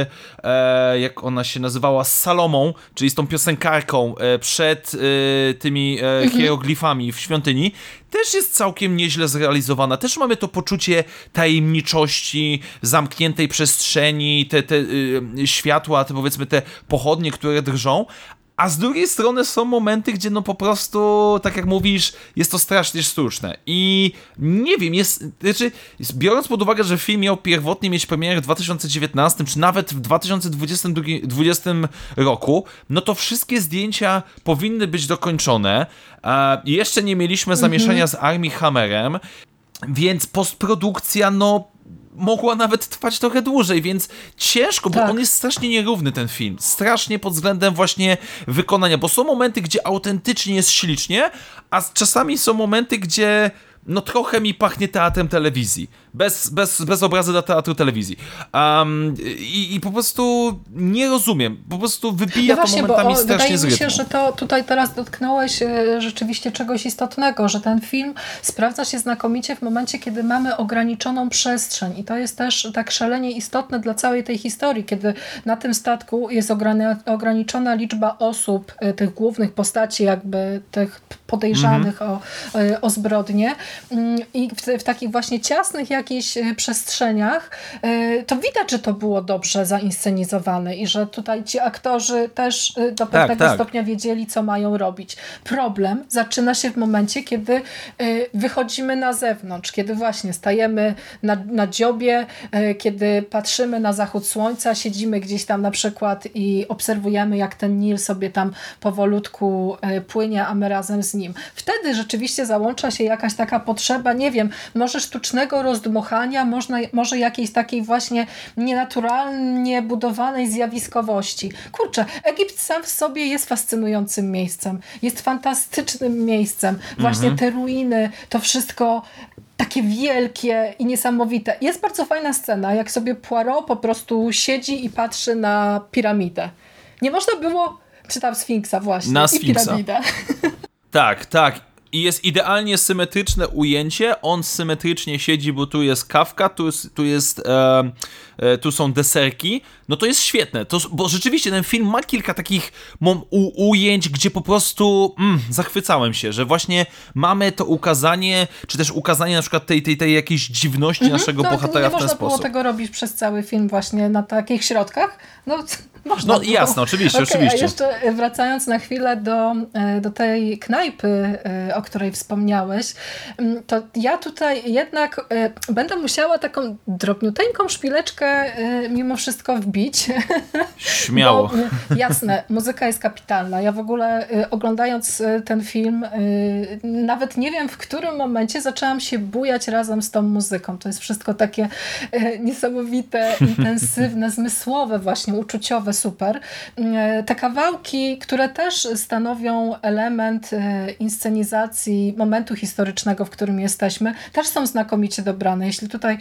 e, jak ona się nazywała, z Salomą, czyli z tą piosenkarką e, przed e, tymi e, hieroglifami w świątyni, też jest całkiem nieźle zrealizowana. Też mamy to poczucie tajemniczości, zamkniętej przestrzeni, te, te y, światła, te powiedzmy te pochodnie, które drżą. A z drugiej strony są momenty, gdzie no po prostu, tak jak mówisz, jest to strasznie sztuczne. I nie wiem, jest, znaczy, biorąc pod uwagę, że film miał pierwotnie mieć premierę w dwa tysiące dziewiętnastym, czy nawet w dwa tysiące dwudziestym roku, no to wszystkie zdjęcia powinny być dokończone. E, jeszcze nie mieliśmy zamieszania z Armie Hammerem, więc postprodukcja, no mogła nawet trwać trochę dłużej, więc ciężko, bo tak. on jest strasznie nierówny, ten film. Strasznie pod względem właśnie wykonania, bo są momenty, gdzie autentycznie jest ślicznie, a czasami są momenty, gdzie no trochę mi pachnie teatrem telewizji. Bez, bez, bez obrazy dla teatru telewizji. Um, i, I po prostu nie rozumiem. Po prostu wybija no właśnie, to momentami bo, o, strasznie z rytmu. Wydaje mi się, że to tutaj teraz dotknąłeś e, rzeczywiście czegoś istotnego, że ten film sprawdza się znakomicie w momencie, kiedy mamy ograniczoną przestrzeń. I to jest też tak szalenie istotne dla całej tej historii, kiedy na tym statku jest ograni- ograniczona liczba osób, e, tych głównych postaci, jakby tych podejrzanych mhm. o, e, o zbrodnie. I w, w takich właśnie ciasnych jakichś przestrzeniach to widać, że to było dobrze zainscenizowane i że tutaj ci aktorzy też do pewnego tak, tak. stopnia wiedzieli, co mają robić. Problem zaczyna się w momencie, kiedy wychodzimy na zewnątrz, kiedy właśnie stajemy na, na dziobie, kiedy patrzymy na zachód słońca, siedzimy gdzieś tam na przykład i obserwujemy, jak ten Nil sobie tam powolutku płynie, a my razem z nim. Wtedy rzeczywiście załącza się jakaś taka potrzeba, nie wiem, może sztucznego rozdmuchania, można, może jakiejś takiej właśnie nienaturalnie budowanej zjawiskowości. Kurczę, Egipt sam w sobie jest fascynującym miejscem. Jest fantastycznym miejscem. Właśnie mhm. te ruiny, to wszystko takie wielkie i niesamowite. Jest bardzo fajna scena, jak sobie Poirot po prostu siedzi i patrzy na piramidę. Nie można było, czy tam Sfinksa właśnie. Na i Sfinksa. piramidę. Tak, tak. I jest idealnie symetryczne ujęcie, on symetrycznie siedzi, bo tu jest kawka, tu jest, tu, jest e, e, tu są deserki, no to jest świetne, to, bo rzeczywiście ten film ma kilka takich mom, u, ujęć, gdzie po prostu mm, zachwycałem się, że właśnie mamy to ukazanie, czy też ukazanie na przykład tej, tej, tej jakiejś dziwności mhm, naszego tak, bohatera w ten sposób. Nie można było tego robić przez cały film właśnie na takich środkach, no można No było. jasne, oczywiście, okay, oczywiście. A jeszcze wracając na chwilę do, do tej knajpy, o której wspomniałeś, to ja tutaj jednak będę musiała taką drobniuteńką szpileczkę mimo wszystko wbić. Śmiało. Bo, jasne, muzyka jest kapitalna. Ja w ogóle oglądając ten film nawet nie wiem, w którym momencie zaczęłam się bujać razem z tą muzyką. To jest wszystko takie niesamowite, intensywne, zmysłowe właśnie, uczuciowe, super. Te kawałki, które też stanowią element inscenizacji momentu historycznego, w którym jesteśmy, też są znakomicie dobrane. Jeśli tutaj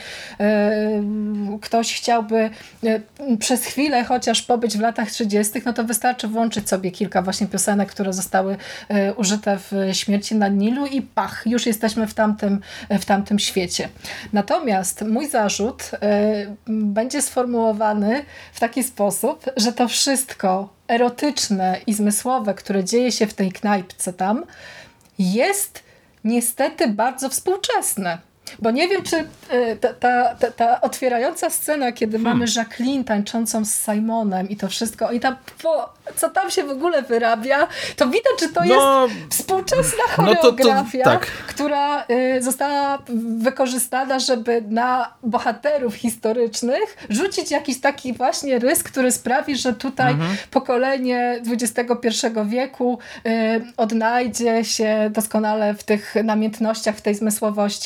ktoś chciałby przez chwilę chociaż pobyć w latach trzydziestych, no to wystarczy włączyć sobie kilka właśnie piosenek, które zostały użyte w Śmierci na Nilu i pach, już jesteśmy w tamtym, w tamtym świecie. Natomiast mój zarzut będzie sformułowany w taki sposób, że to wszystko erotyczne i zmysłowe, które dzieje się w tej knajpce tam, jest niestety bardzo współczesne. Bo nie wiem, czy ta, ta, ta, ta otwierająca scena, kiedy hmm. mamy Jacqueline tańczącą z Simonem i to wszystko, i tam, bo, co tam się w ogóle wyrabia, to widać, że to no, jest współczesna choreografia, no to, to, tak. która y, została wykorzystana, żeby na bohaterów historycznych rzucić jakiś taki właśnie rys, który sprawi, że tutaj mhm. pokolenie dwudziestego pierwszego wieku y, odnajdzie się doskonale w tych namiętnościach, w tej zmysłowości. Ale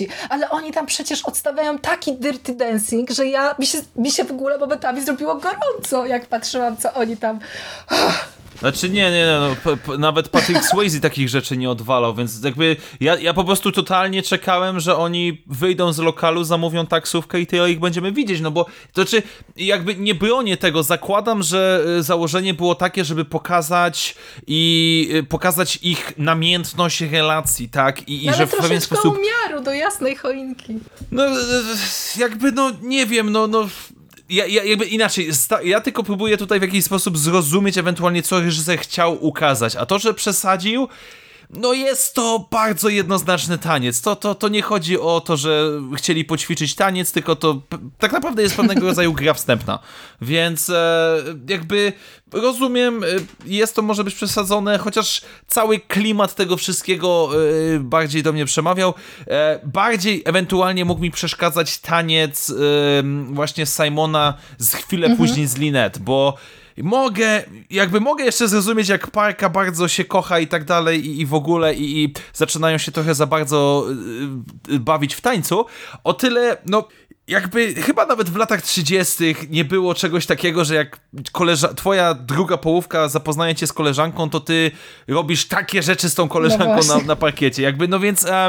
ale oni tam przecież odstawiają taki dirty dancing, że ja, mi się, mi się w ogóle momentami zrobiło gorąco, jak patrzyłam, co oni tam... Znaczy nie, nie, nie no, p- p- nawet Patrick Swayze takich rzeczy nie odwalał, więc jakby ja, ja po prostu totalnie czekałem, że oni wyjdą z lokalu, zamówią taksówkę i tyle ich będziemy widzieć, no bo to znaczy jakby nie bronię tego, zakładam, że założenie było takie, żeby pokazać i pokazać ich namiętność relacji, tak? I, i Ale że w pewien sposób... umiaru do jasnej choinki. No jakby no nie wiem, no no... Ja, ja jakby inaczej, sta- ja tylko próbuję tutaj w jakiś sposób zrozumieć ewentualnie, co reżyser chciał ukazać, a to, że przesadził, no jest to bardzo jednoznaczny taniec. To, to, to nie chodzi o to, że chcieli poćwiczyć taniec, tylko to p- tak naprawdę jest pewnego rodzaju gra wstępna. Więc e, jakby rozumiem, e, jest to może być przesadzone, chociaż cały klimat tego wszystkiego e, bardziej do mnie przemawiał. E, bardziej ewentualnie mógł mi przeszkadzać taniec e, właśnie Simona z chwilę mhm. później z Lynette, bo mogę, jakby mogę jeszcze zrozumieć, jak parka bardzo się kocha i tak dalej i, i w ogóle i, i zaczynają się trochę za bardzo y, bawić w tańcu, o tyle, no jakby chyba nawet w latach trzydziestych nie było czegoś takiego, że jak koleża- twoja druga połówka zapoznaje cię z koleżanką, to ty robisz takie rzeczy z tą koleżanką no na, na parkiecie, jakby, no więc... E,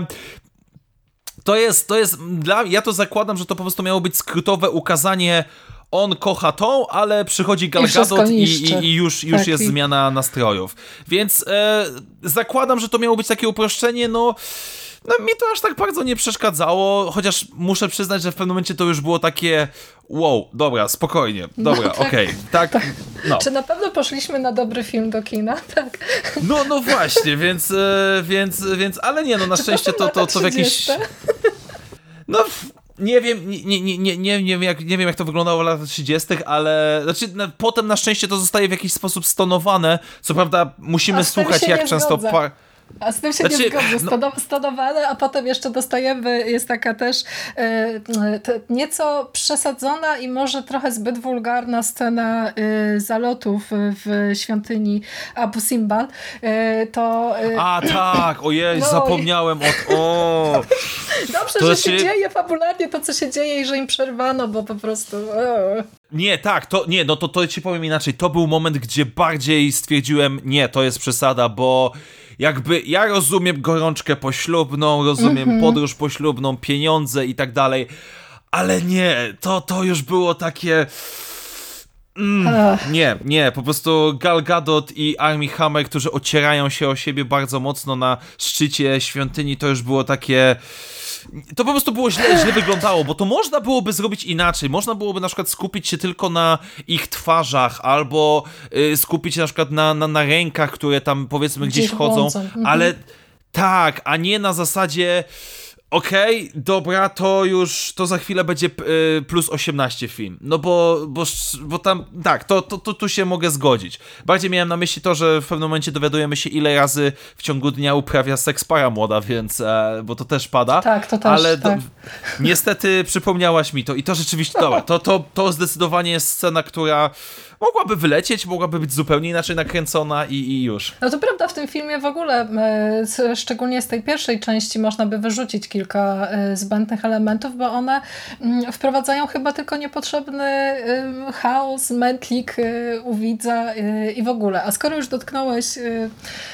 to jest, to jest, dla ja to zakładam, że to po prostu miało być skrótowe ukazanie. On kocha tą, ale przychodzi Gal Gadot i, i, i już, już tak, jest i... zmiana nastrojów. Więc e, zakładam, że to miało być takie uproszczenie, no, no mi to aż tak bardzo nie przeszkadzało, chociaż muszę przyznać, że w pewnym momencie to już było takie wow, dobra, spokojnie, dobra, no, tak, okej, okay, tak, tak. No. Czy na pewno poszliśmy na dobry film do kina? Tak. No, no właśnie, więc, e, więc, więc, ale nie, no na szczęście to, to, to w jakiś... No... Nie wiem, nie, nie, nie, nie, nie, wiem jak, nie wiem jak to wyglądało w latach trzydziestych, ale znaczy, na, potem na szczęście to zostaje w jakiś sposób stonowane. Co prawda musimy słuchać jak często... Par... A z tym się znaczy, nie zgodzę. no... Stonowane, a potem jeszcze dostajemy, jest taka też e, nieco przesadzona i może trochę zbyt wulgarna scena e, zalotów w świątyni Abu Simbel. E, to, e, a tak, ojej, no zapomniałem i... o... o. Dobrze, to że się dzieje fabularnie to, co się dzieje i że im przerwano, bo po prostu... O. Nie, tak, to nie, no to, to ci powiem inaczej. To był moment, gdzie bardziej stwierdziłem, nie, to jest przesada, bo jakby ja rozumiem gorączkę poślubną, rozumiem mm-hmm. podróż poślubną, pieniądze i tak dalej, ale nie, to, to już było takie... Mm, nie, nie, po prostu Gal Gadot i Armie Hammer, którzy ocierają się o siebie bardzo mocno na szczycie świątyni, to już było takie... To po prostu było źle, źle wyglądało, bo to można byłoby zrobić inaczej. Można byłoby na przykład skupić się tylko na ich twarzach, albo y, skupić się na przykład na, na, na rękach, które tam powiedzmy gdzieś, gdzieś chodzą, mhm. ale tak, a nie na zasadzie okej, okay, dobra, to już, to za chwilę będzie y, plus osiemnaście film. No bo, bo, bo tam, tak, to, to, to tu się mogę zgodzić. Bardziej miałem na myśli to, że w pewnym momencie dowiadujemy się, ile razy w ciągu dnia uprawia seks para młoda, więc, e, bo to też pada. Tak, to też, ale tak. do, niestety przypomniałaś mi to i to rzeczywiście, dobra, to, to, to zdecydowanie jest scena, która mogłaby wylecieć, mogłaby być zupełnie inaczej nakręcona i, i już. No to prawda, w tym filmie w ogóle, e, szczególnie z tej pierwszej części, można by wyrzucić kilka e, zbędnych elementów, bo one m, wprowadzają chyba tylko niepotrzebny e, chaos, mętlik e, u widza e, i w ogóle. A skoro już dotknąłeś e,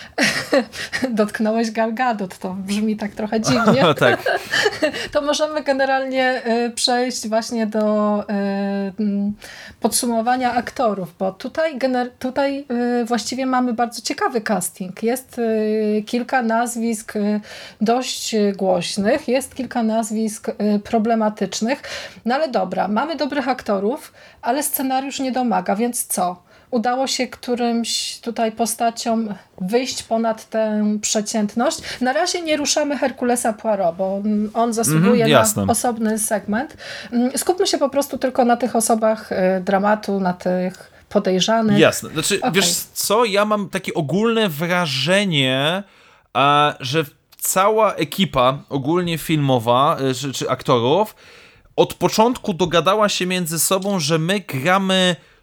dotknąłeś Gal Gadot, to brzmi tak trochę dziwnie, tak. To możemy generalnie e, przejść właśnie do e, podsumowania aktorów, bo tutaj, gener- tutaj y, właściwie mamy bardzo ciekawy casting. Jest y, kilka nazwisk y, dość y, głośnych, jest kilka nazwisk y, problematycznych, no ale dobra, mamy dobrych aktorów, ale scenariusz nie domaga, więc co? Udało się którymś tutaj postaciom wyjść ponad tę przeciętność. Na razie nie ruszamy Herkulesa Poirot, bo on zasługuje mm, na osobny segment. Skupmy się po prostu tylko na tych osobach dramatu, na tych podejrzanych. Jasne. Znaczy, okay. Wiesz co, ja mam takie ogólne wrażenie, a, że cała ekipa ogólnie filmowa, czy, czy aktorów, od początku dogadała się między sobą, że my gramy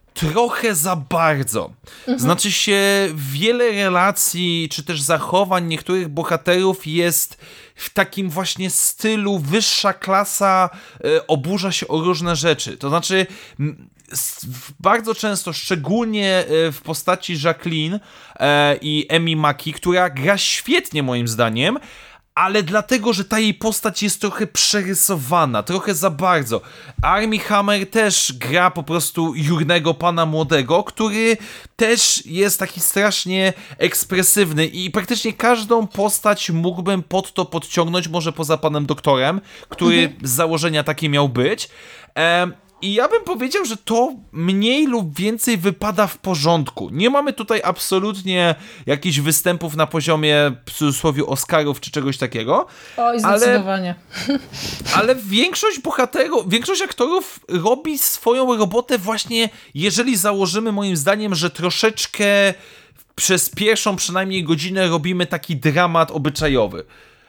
trochę za bardzo. Mhm. Znaczy się, wiele relacji, czy też zachowań niektórych bohaterów jest w takim właśnie stylu wyższa klasa e, oburza się o różne rzeczy. To znaczy, m, s, bardzo często, szczególnie e, w postaci Jacqueline e, i Emi Maki, która gra świetnie moim zdaniem, ale dlatego, że ta jej postać jest trochę przerysowana, trochę za bardzo. Armie Hammer też gra po prostu jurnego pana młodego, który też jest taki strasznie ekspresywny i praktycznie każdą postać mógłbym pod to podciągnąć, może poza panem doktorem, który mhm. z założenia taki miał być. Ehm, I ja bym powiedział, że to mniej lub więcej wypada w porządku. Nie mamy tutaj absolutnie jakichś występów na poziomie, w cudzysłowie, Oscarów czy czegoś takiego. Oj, zdecydowanie. Ale, ale większość bohaterów, większość aktorów robi swoją robotę właśnie, jeżeli założymy moim zdaniem, że troszeczkę przez pierwszą przynajmniej godzinę robimy taki dramat obyczajowy.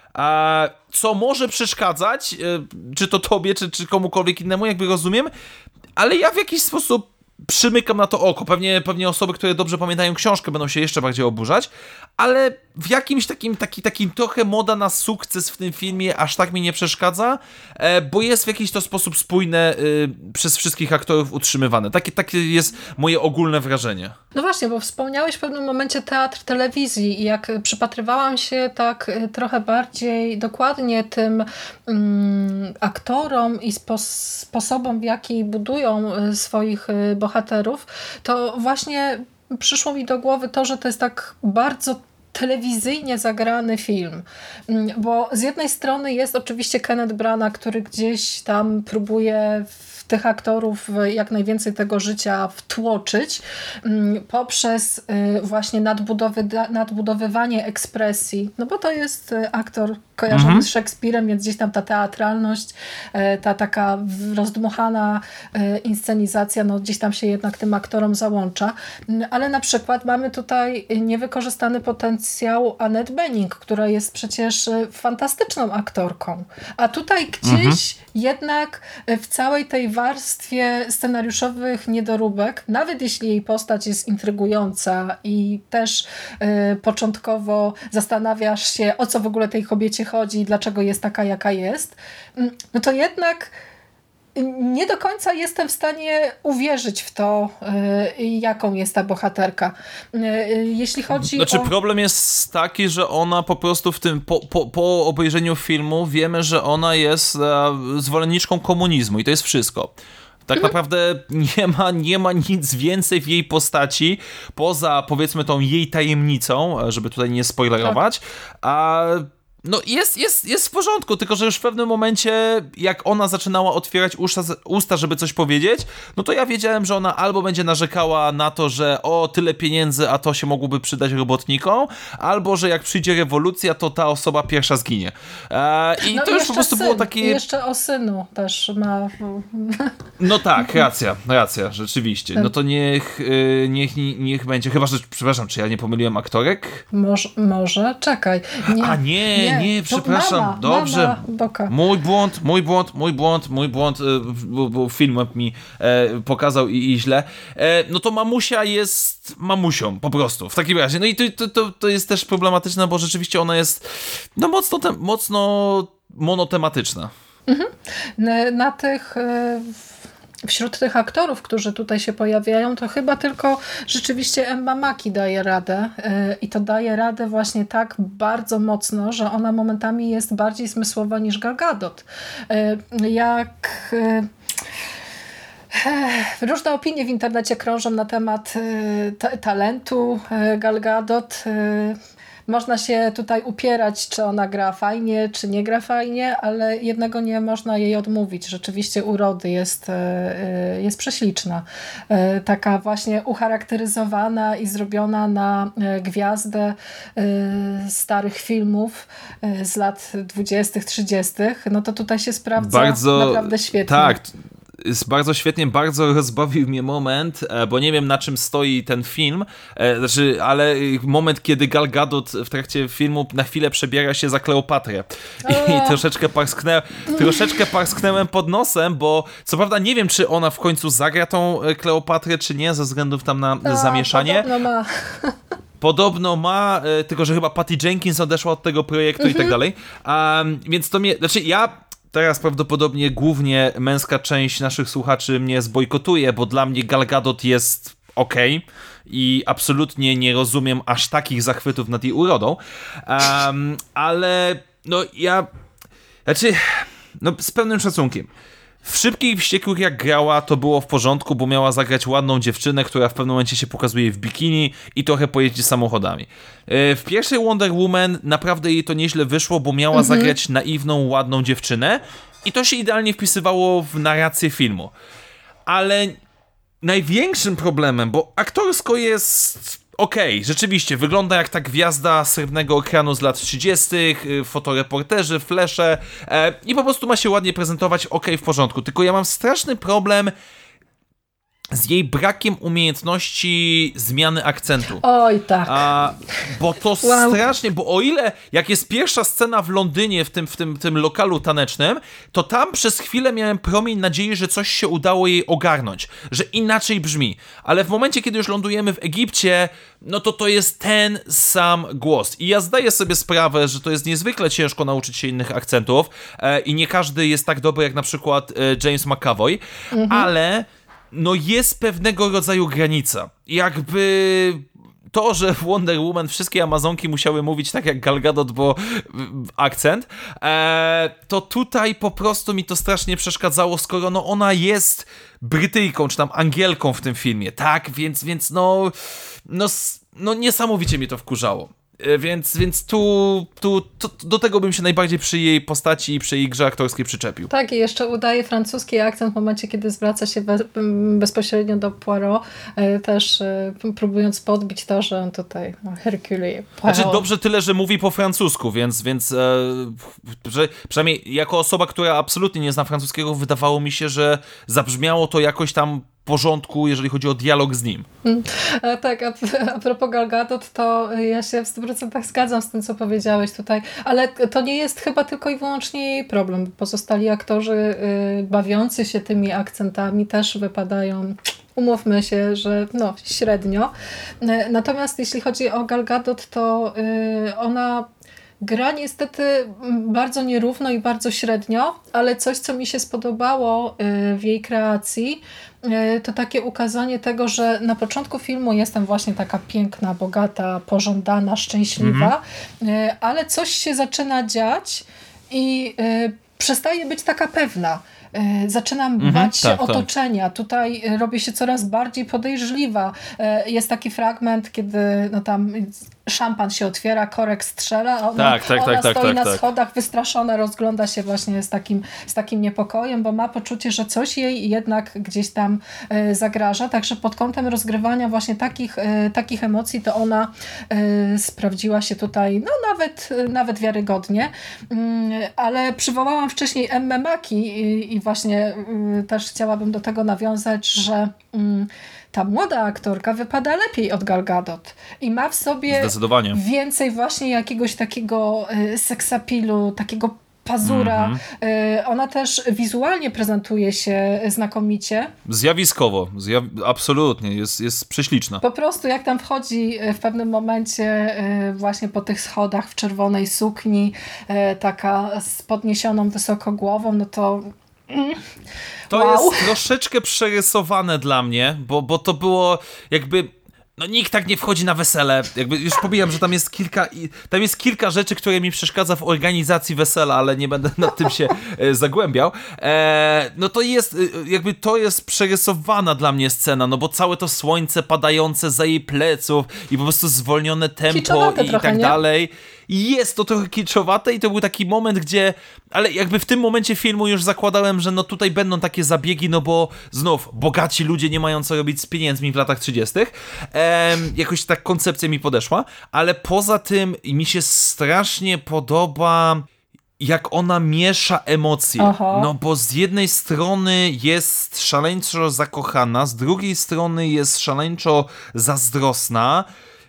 A co może przeszkadzać, czy to tobie, czy, czy komukolwiek innemu, jakby rozumiem, ale ja w jakiś sposób przymykam na to oko. Pewnie, pewnie osoby, które dobrze pamiętają książkę, będą się jeszcze bardziej oburzać, ale w jakimś takim, taki, takim trochę moda na sukces w tym filmie aż tak mi nie przeszkadza, bo jest w jakiś to sposób spójne przez wszystkich aktorów utrzymywane. Takie, takie jest moje ogólne wrażenie. No właśnie, bo wspomniałeś w pewnym momencie teatr telewizji i jak przypatrywałam się tak trochę bardziej dokładnie tym um, aktorom i spo, sposobom, w jaki budują swoich bohaterów, to właśnie przyszło mi do głowy to, że to jest tak bardzo telewizyjnie zagrany film, bo z jednej strony jest oczywiście Kenneth Branagh, który gdzieś tam próbuje w tych aktorów jak najwięcej tego życia wtłoczyć poprzez właśnie nadbudowy, nadbudowywanie ekspresji, no bo to jest aktor kojarzony mhm. z Szekspirem, więc gdzieś tam ta teatralność, ta taka rozdmuchana inscenizacja, no gdzieś tam się jednak tym aktorom załącza, ale na przykład mamy tutaj niewykorzystany potencjał Annette Bening, która jest przecież fantastyczną aktorką, a tutaj gdzieś mhm. jednak w całej tej warstwie scenariuszowych niedoróbek, nawet jeśli jej postać jest intrygująca i też y, początkowo zastanawiasz się, o co w ogóle tej kobiecie chodzi i dlaczego jest taka, jaka jest, no to jednak nie do końca jestem w stanie uwierzyć w to, y, jaką jest ta bohaterka. Y, jeśli chodzi znaczy, o... problem jest taki, że ona po prostu w tym, po, po, po obejrzeniu filmu wiemy, że ona jest e, zwolenniczką komunizmu i to jest wszystko. Tak mhm. naprawdę nie ma, nie ma nic więcej w jej postaci, poza, powiedzmy, tą jej tajemnicą, żeby tutaj nie spoilerować, tak. a... No jest, jest, jest w porządku, tylko że już w pewnym momencie, jak ona zaczynała otwierać usta, usta, żeby coś powiedzieć, no to ja wiedziałem, że ona albo będzie narzekała na to, że o, tyle pieniędzy, a to się mogłoby przydać robotnikom, albo że jak przyjdzie rewolucja, to ta osoba pierwsza zginie. E, I no to i już po prostu syn. było takie... I jeszcze o synu też ma... No tak, racja, racja, rzeczywiście. No to niech, niech, niech będzie, chyba, że, przepraszam, czy ja nie pomyliłem aktorek? Może, może, czekaj. Nie, a nie, nie. Nie, nie, przepraszam, mama, dobrze. Mama Boka. Mój błąd, mój błąd, mój błąd, mój błąd, bo, bo film mi e, pokazał i, i źle. E, no to mamusia jest mamusią, po prostu, w takim razie. No i to, to, to jest też problematyczne, bo rzeczywiście ona jest no mocno, te, mocno monotematyczna. Mhm. Na, na tych... Y Wśród tych aktorów, którzy tutaj się pojawiają, to chyba tylko rzeczywiście Emma Mackey daje radę yy, i to daje radę właśnie tak bardzo mocno, że ona momentami jest bardziej zmysłowa niż Gal Gadot. Yy, jak... Yy, Różne opinie w internecie krążą na temat y, ta- talentu y, Gal Gadot. Y, Można się tutaj upierać, czy ona gra fajnie, czy nie gra fajnie, ale jednego nie można jej odmówić. Rzeczywiście urody jest, jest prześliczna. Taka właśnie ucharakteryzowana i zrobiona na gwiazdę starych filmów z lat dwudziestych, trzydziestych. No to tutaj się sprawdza bardzo, naprawdę świetnie. Tak. jest bardzo świetnie, bardzo rozbawił mnie moment, bo nie wiem na czym stoi ten film, znaczy, ale moment, kiedy Gal Gadot w trakcie filmu na chwilę przebiera się za Kleopatrę i troszeczkę parsknę, troszeczkę parsknęłem pod nosem, bo co prawda nie wiem, czy ona w końcu zagra tą Kleopatrę, czy nie, ze względów tam na A, zamieszanie. Podobno ma. Podobno ma, tylko że chyba Patty Jenkins odeszła od tego projektu mhm. i tak dalej, um, więc to mnie, znaczy ja teraz prawdopodobnie głównie męska część naszych słuchaczy mnie zbojkotuje, bo dla mnie Gal Gadot jest okej okay i absolutnie nie rozumiem aż takich zachwytów nad jej urodą, um, ale no ja, znaczy, no z pewnym szacunkiem. W Szybkich i Wściekłych jak grała, to było w porządku, bo miała zagrać ładną dziewczynę, która w pewnym momencie się pokazuje w bikini i trochę pojeździ samochodami. W pierwszej Wonder Woman naprawdę jej to nieźle wyszło, bo miała mhm. zagrać naiwną, ładną dziewczynę i to się idealnie wpisywało w narrację filmu. Ale największym problemem, bo aktorsko jest okej, okay, rzeczywiście, wygląda jak ta gwiazda srebrnego ekranu z lat trzydziestych, fotoreporterzy, flesze e, i po prostu ma się ładnie prezentować, okej, okay, w porządku. Tylko ja mam straszny problem z jej brakiem umiejętności zmiany akcentu. Oj, tak. A, bo to wow. strasznie, bo o ile jak jest pierwsza scena w Londynie, w tym, w tym, tym lokalu tanecznym, to tam przez chwilę miałem promień nadziei, że coś się udało jej ogarnąć, że inaczej brzmi. Ale w momencie, kiedy już lądujemy w Egipcie, no to to jest ten sam głos. I ja zdaję sobie sprawę, że to jest niezwykle ciężko nauczyć się innych akcentów e, i nie każdy jest tak dobry jak na przykład e, James McAvoy, mhm. ale no jest pewnego rodzaju granica. Jakby to, że w Wonder Woman wszystkie Amazonki musiały mówić tak jak Gal Gadot, bo akcent, e, to tutaj po prostu mi to strasznie przeszkadzało, skoro no ona jest Brytyjką, czy tam Angielką w tym filmie, tak? Więc, więc no, no, no niesamowicie mnie to wkurzało. Więc, więc tu, tu, tu do tego bym się najbardziej przy jej postaci i przy jej grze aktorskiej przyczepił. Tak, i jeszcze udaje francuski akcent w momencie, kiedy zwraca się be, bezpośrednio do Poirot, też próbując podbić to, że on tutaj no, Hercule Poirot. Znaczy dobrze tyle, że mówi po francusku, więc, więc e, że, przynajmniej jako osoba, która absolutnie nie zna francuskiego, wydawało mi się, że zabrzmiało to jakoś tam porządku, jeżeli chodzi o dialog z nim. Hmm. A tak, a, a propos Gal Gadot, to ja się w stu procentach zgadzam z tym, co powiedziałeś tutaj, ale to nie jest chyba tylko i wyłącznie jej problem. Pozostali aktorzy y, bawiący się tymi akcentami też wypadają, umówmy się, że no średnio. Natomiast jeśli chodzi o Gal Gadot, to y, ona gra niestety bardzo nierówno i bardzo średnio, ale coś, co mi się spodobało w jej kreacji, to takie ukazanie tego, że na początku filmu jestem właśnie taka piękna, bogata, pożądana, szczęśliwa, mm-hmm. ale coś się zaczyna dziać i przestaje być taka pewna. Zaczynam mm-hmm, bać się tak, otoczenia. Tak. Tutaj robię się coraz bardziej podejrzliwa. Jest taki fragment, kiedy no tam szampan się otwiera, korek strzela, a ona, tak, tak, ona tak, stoi tak, na tak. schodach wystraszona, rozgląda się właśnie z takim, z takim niepokojem, bo ma poczucie, że coś jej jednak gdzieś tam e, zagraża. Także pod kątem rozgrywania właśnie takich, e, takich emocji to ona e, sprawdziła się tutaj no nawet, nawet wiarygodnie. Mm, ale przywołałam wcześniej Emmę Mackie i, i właśnie y, też chciałabym do tego nawiązać, że y, ta młoda aktorka wypada lepiej od Gal Gadot i ma w sobie więcej właśnie jakiegoś takiego y, seksapilu, takiego pazura. Mm-hmm. Ona też wizualnie prezentuje się znakomicie. Zjawiskowo. Zjaw- absolutnie. Jest, jest prześliczna. Po prostu jak tam wchodzi w pewnym momencie właśnie po tych schodach w czerwonej sukni, taka z podniesioną wysoko głową, no to To wow. jest troszeczkę przerysowane dla mnie, bo, bo to było jakby... No nikt tak nie wchodzi na wesele. Jakby już pomijam, że tam jest kilka tam jest kilka rzeczy, które mi przeszkadza w organizacji wesela, ale nie będę nad tym się e, zagłębiał. E, no to jest jakby to jest przerysowana dla mnie scena, no bo całe to słońce padające za jej pleców i po prostu zwolnione tempo i, i tak nie? dalej. I jest to trochę kiczowate i to był taki moment, gdzie, ale jakby w tym momencie filmu już zakładałem, że no tutaj będą takie zabiegi, no bo znów bogaci ludzie nie mają co robić z pieniędzmi w latach trzydziestych. Ehm, jakoś tak koncepcja mi podeszła, ale poza tym mi się strasznie podoba jak ona miesza emocje. Aha. No bo z jednej strony jest szaleńczo zakochana, z drugiej strony jest szaleńczo zazdrosna.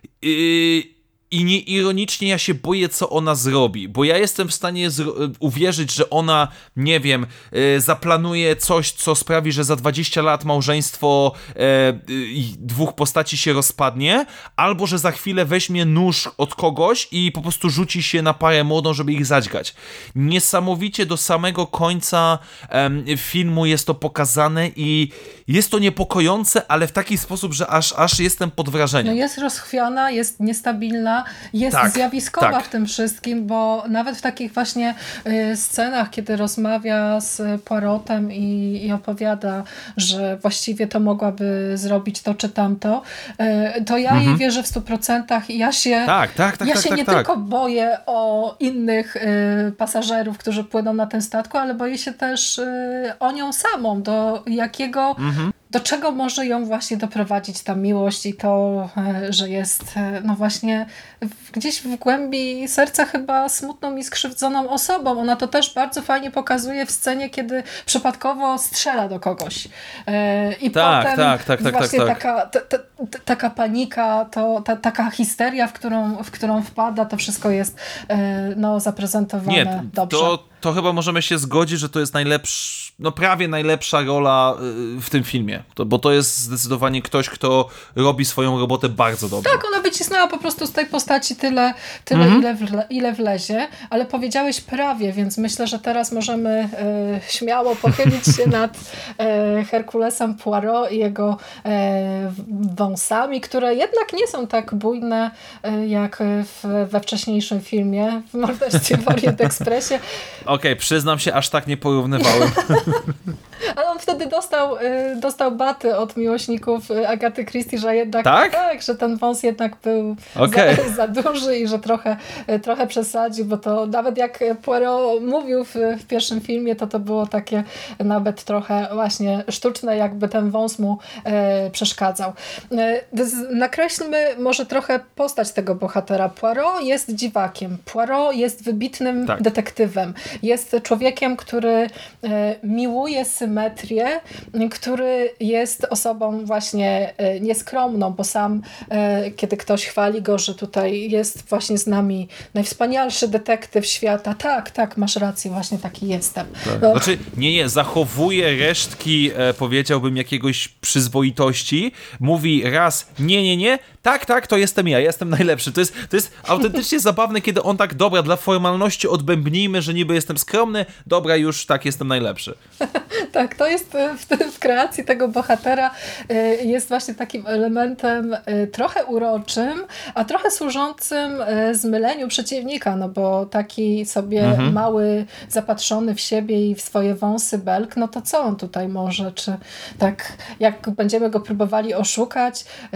Yy, I nieironicznie ja się boję, co ona zrobi, bo ja jestem w stanie zro- uwierzyć, że ona, nie wiem, yy, zaplanuje coś, co sprawi, że za dwadzieścia lat małżeństwo yy, dwóch postaci się rozpadnie, albo że za chwilę weźmie nóż od kogoś i po prostu rzuci się na parę młodą, żeby ich zadźgać. Niesamowicie do samego końca yy, filmu jest to pokazane i jest to niepokojące, ale w taki sposób, że aż, aż jestem pod wrażeniem. No jest rozchwiana, jest niestabilna, jest Tak, zjawiskowa tak. w tym wszystkim, bo nawet w takich właśnie y, scenach, kiedy rozmawia z Poirotem i, i opowiada, że właściwie to mogłaby zrobić to czy tamto, y, to ja Mhm. jej wierzę w stu procentach i ja się, Tak, tak, tak, ja tak, się tak, nie tak. tylko boję o innych y, pasażerów, którzy płyną na tym statku, ale boję się też y, o nią samą, do jakiego Mhm. do czego może ją właśnie doprowadzić ta miłość i to, e, że jest e, no właśnie w, gdzieś w głębi serca chyba smutną i skrzywdzoną osobą. Ona to też bardzo fajnie pokazuje w scenie, kiedy przypadkowo strzela do kogoś. E, I Tak, potem tak, tak, tak, właśnie tak, tak. taka, ta, ta, ta, taka panika, to, ta, taka histeria, w którą, w którą wpada, to wszystko jest e, no, zaprezentowane Nie, dobrze. to, to chyba możemy się zgodzić, że to jest najlepsza, no prawie najlepsza rola y, w tym filmie, to, bo to jest zdecydowanie ktoś, kto robi swoją robotę bardzo dobrze. Tak, ona wycisnęła po prostu z tej postaci tyle, tyle Mhm. ile, wle, ile wlezie, ale powiedziałeś prawie, więc myślę, że teraz możemy e, śmiało pochylić się nad e, Herkulesem Poirot i jego e, wąsami, które jednak nie są tak bujne e, jak w, we wcześniejszym filmie, w Morderstwie w Orient Expressie. Okej, przyznam się, aż tak nie porównywałem. Ale on wtedy dostał, y, dostał baty od miłośników y, Agaty Christie, że jednak Tak? tak, że ten wąs jednak był Okej. za, za duży i że trochę, y, trochę przesadził, bo to nawet jak Poirot mówił w, w pierwszym filmie, to to było takie nawet trochę właśnie sztuczne, jakby ten wąs mu y, przeszkadzał. Y, z- nakreślmy może trochę postać tego bohatera. Poirot jest dziwakiem. Poirot jest wybitnym Tak. detektywem. Jest człowiekiem, który e, miłuje symetrię, który jest osobą właśnie e, nieskromną, bo sam, e, kiedy ktoś chwali go, że tutaj jest właśnie z nami najwspanialszy detektyw świata. Tak, tak, masz rację, właśnie taki jestem. No, Znaczy, nie, nie, zachowuje resztki, e, powiedziałbym, jakiegoś przyzwoitości. Mówi raz, nie, nie, nie, tak, tak, to jestem ja, jestem najlepszy. To jest, to jest autentycznie zabawne, kiedy on tak, dobra, dla formalności odbębnijmy, że niby jestem skromny, dobra, już tak, jestem najlepszy. Tak, to jest e, w, w kreacji tego bohatera e, jest właśnie takim elementem e, trochę uroczym, a trochę służącym e, zmyleniu przeciwnika, no bo taki sobie Mhm. mały, zapatrzony w siebie i w swoje wąsy belk, no to co on tutaj może, czy tak jak będziemy go próbowali oszukać e,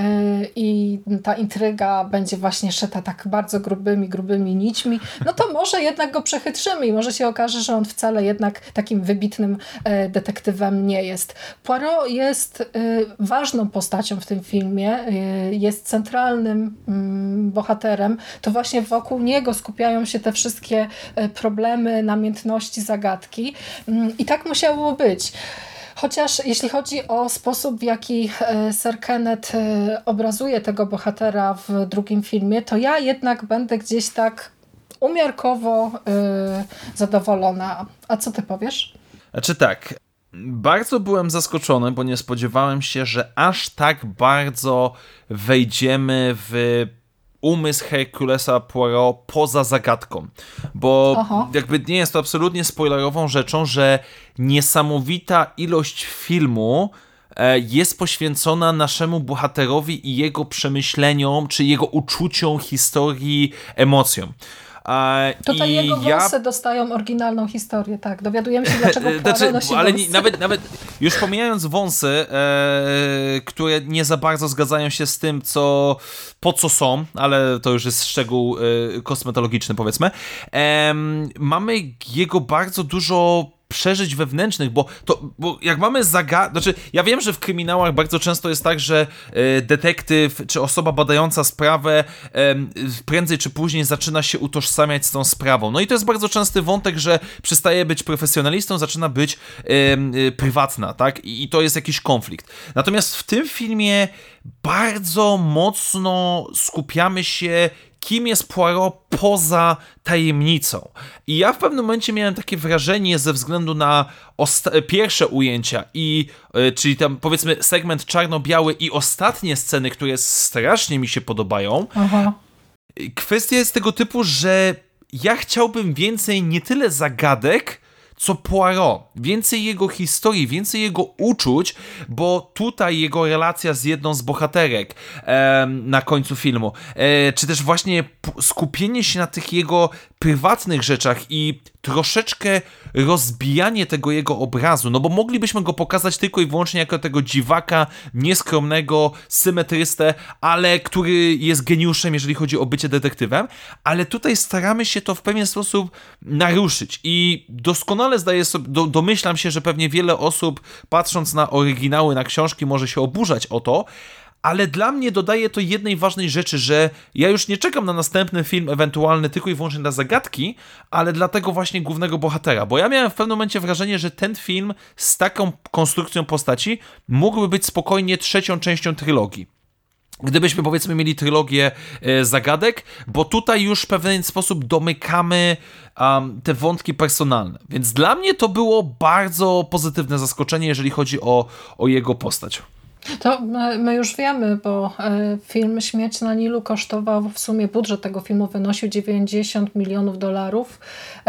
i ta intryga będzie właśnie szyta tak bardzo grubymi, grubymi nićmi, no to może jednak go przechytrzymy i może się okaże, że on wcale jednak takim wybitnym e, detektywem nie jest. Poirot jest y, ważną postacią w tym filmie, y, jest centralnym mm, bohaterem. To właśnie wokół niego skupiają się te wszystkie y, problemy, namiętności, zagadki. Mm, I tak musiało być. Chociaż jeśli chodzi o sposób, w jaki e, Sir Kenneth e, obrazuje tego bohatera w drugim filmie, to ja jednak będę gdzieś tak umiarkowo e, zadowolona. A co ty powiesz? Znaczy tak, bardzo byłem zaskoczony, bo nie spodziewałem się, że aż tak bardzo wejdziemy w umysł Herkulesa Poirot poza zagadką. Bo Aha. jakby nie jest to absolutnie spoilerową rzeczą, że niesamowita ilość filmu e, jest poświęcona naszemu bohaterowi i jego przemyśleniom, czy jego uczuciom, historii, emocjom. E, Tutaj i jego ja... wąsy dostają oryginalną historię, tak. Dowiadujemy się, dlaczego Poirot Znaczy, nosi ale wąsy. nie, nawet, nawet już pomijając wąsy, e, które nie za bardzo zgadzają się z tym, co, po co są, ale to już jest szczegół e, kosmetologiczny, powiedzmy, e, mamy jego bardzo dużo przeżyć wewnętrznych, bo to, bo jak mamy zagadkę, znaczy ja wiem, że w kryminałach bardzo często jest tak, że e, detektyw czy osoba badająca sprawę e, prędzej czy później zaczyna się utożsamiać z tą sprawą. No i to jest bardzo częsty wątek, że przestaje być profesjonalistą, zaczyna być e, e, prywatna, tak? I, I to jest jakiś konflikt. Natomiast w tym filmie bardzo mocno skupiamy się, kim jest Poirot poza tajemnicą. I ja w pewnym momencie miałem takie wrażenie ze względu na osta- pierwsze ujęcia i y, czyli tam powiedzmy segment czarno-biały i ostatnie sceny, które strasznie mi się podobają. Aha. Kwestia jest tego typu, że ja chciałbym więcej nie tyle zagadek, co Poirot. Więcej jego historii, więcej jego uczuć, bo tutaj jego relacja z jedną z bohaterek e, na końcu filmu, e, czy też właśnie skupienie się na tych jego prywatnych rzeczach i troszeczkę rozbijanie tego jego obrazu, no bo moglibyśmy go pokazać tylko i wyłącznie jako tego dziwaka, nieskromnego, symetrystę, ale który jest geniuszem, jeżeli chodzi o bycie detektywem, ale tutaj staramy się to w pewien sposób naruszyć i doskonale zdaję sobie, do, domyślam się, że pewnie wiele osób, patrząc na oryginały, na książki, może się oburzać o to, ale dla mnie dodaje to jednej ważnej rzeczy, że ja już nie czekam na następny film ewentualny tylko i wyłącznie dla zagadki, ale dla tego właśnie głównego bohatera, bo ja miałem w pewnym momencie wrażenie, że ten film z taką konstrukcją postaci mógłby być spokojnie trzecią częścią trylogii. Gdybyśmy powiedzmy mieli trylogię e, zagadek, bo tutaj już w pewien sposób domykamy um, te wątki personalne. Więc dla mnie to było bardzo pozytywne zaskoczenie, jeżeli chodzi o, o jego postać. To my już wiemy, bo film Śmierć na Nilu kosztował w sumie, budżet tego filmu wynosił dziewięćdziesiąt milionów dolarów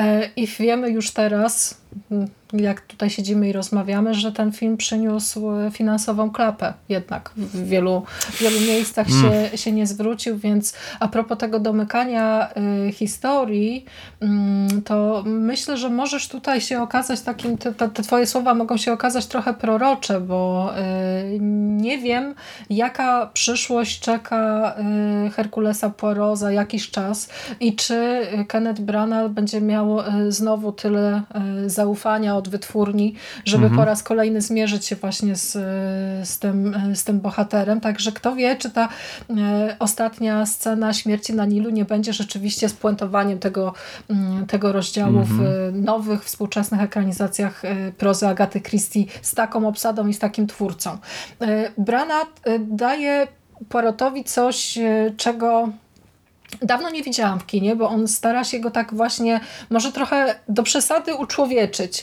i wiemy już teraz, jak tutaj siedzimy i rozmawiamy, że ten film przyniósł finansową klapę jednak. W wielu, w wielu miejscach mm. się, się nie zwrócił, więc a propos tego domykania y, historii, y, to myślę, że możesz tutaj się okazać takim, te, te twoje słowa mogą się okazać trochę prorocze, bo y, nie wiem, jaka przyszłość czeka y, Herkulesa Poirot za jakiś czas i czy Kenneth Branagh będzie miał y, znowu tyle y, zaufania od wytwórni, żeby mhm. po raz kolejny zmierzyć się właśnie z, z, tym, z tym bohaterem. Także kto wie, czy ta e, ostatnia scena Śmierci na Nilu nie będzie rzeczywiście spuentowaniem tego, m, tego rozdziału mhm. w nowych, współczesnych ekranizacjach e, prozy Agaty Christie z taką obsadą i z takim twórcą. E, Branagh e, daje Poirotowi coś, e, czego dawno nie widziałam w kinie, bo on stara się go tak właśnie, może trochę do przesady uczłowieczyć.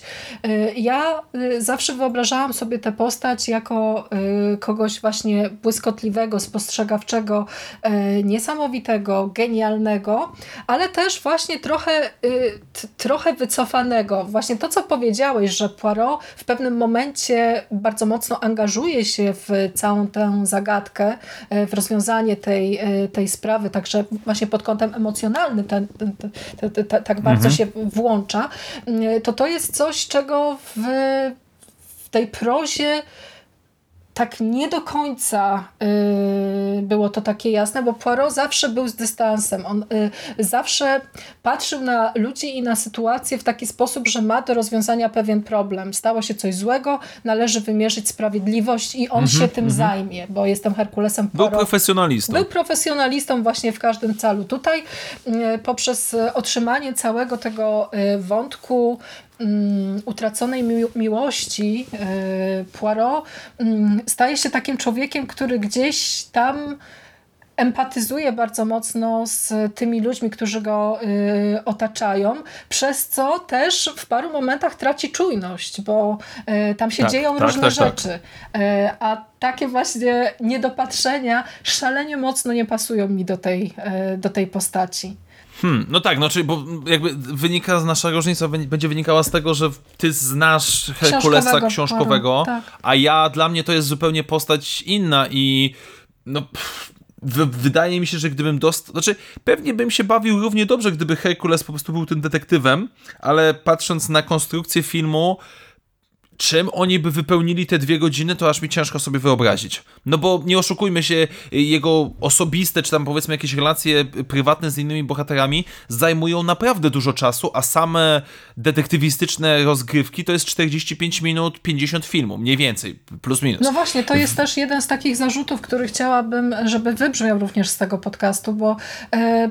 Ja zawsze wyobrażałam sobie tę postać jako kogoś właśnie błyskotliwego, spostrzegawczego, niesamowitego, genialnego, ale też właśnie trochę, trochę wycofanego. Właśnie to, co powiedziałeś, że Poirot w pewnym momencie bardzo mocno angażuje się w całą tę zagadkę, w rozwiązanie tej, tej sprawy, także właśnie pod kątem emocjonalnym ten, ten, ten, ten, ten, tak bardzo mhm. się włącza, to to jest coś, czego w, w tej prozie tak nie do końca y, było to takie jasne, bo Poirot zawsze był z dystansem. On y, zawsze patrzył na ludzi i na sytuację w taki sposób, że ma do rozwiązania pewien problem. Stało się coś złego, należy wymierzyć sprawiedliwość i on mm-hmm, się tym mm-hmm. zajmie, bo jestem Herkulesem Poirot. Był profesjonalistą. Był profesjonalistą właśnie w każdym calu. Tutaj y, poprzez otrzymanie całego tego y, wątku Um, utraconej mi- miłości yy, Poirot um, staje się takim człowiekiem, który gdzieś tam empatyzuje bardzo mocno z tymi ludźmi, którzy go y, otaczają, przez co też w paru momentach traci czujność, bo y, tam się tak, dzieją tak, różne tak, rzeczy. Tak. Y, a takie właśnie niedopatrzenia szalenie mocno nie pasują mi do tej, y, do tej postaci. Hmm, no tak, no czyli, bo jakby wynika, nasza różnica będzie wynikała z tego, że ty znasz Herkulesa książkowego, książkowego tak. a ja, dla mnie to jest zupełnie postać inna i no pff, w, wydaje mi się, że gdybym dostał, znaczy pewnie bym się bawił równie dobrze, gdyby Herkules po prostu był tym detektywem, ale patrząc na konstrukcję filmu, czym oni by wypełnili te dwie godziny, to aż mi ciężko sobie wyobrazić. No bo nie oszukujmy się, jego osobiste, czy tam powiedzmy jakieś relacje prywatne z innymi bohaterami zajmują naprawdę dużo czasu, a same detektywistyczne rozgrywki to jest czterdzieści pięć minut, pięćdziesiąt filmu, mniej więcej, plus minus. No właśnie, to jest też jeden z takich zarzutów, który chciałabym, żeby wybrzmiał również z tego podcastu, bo e,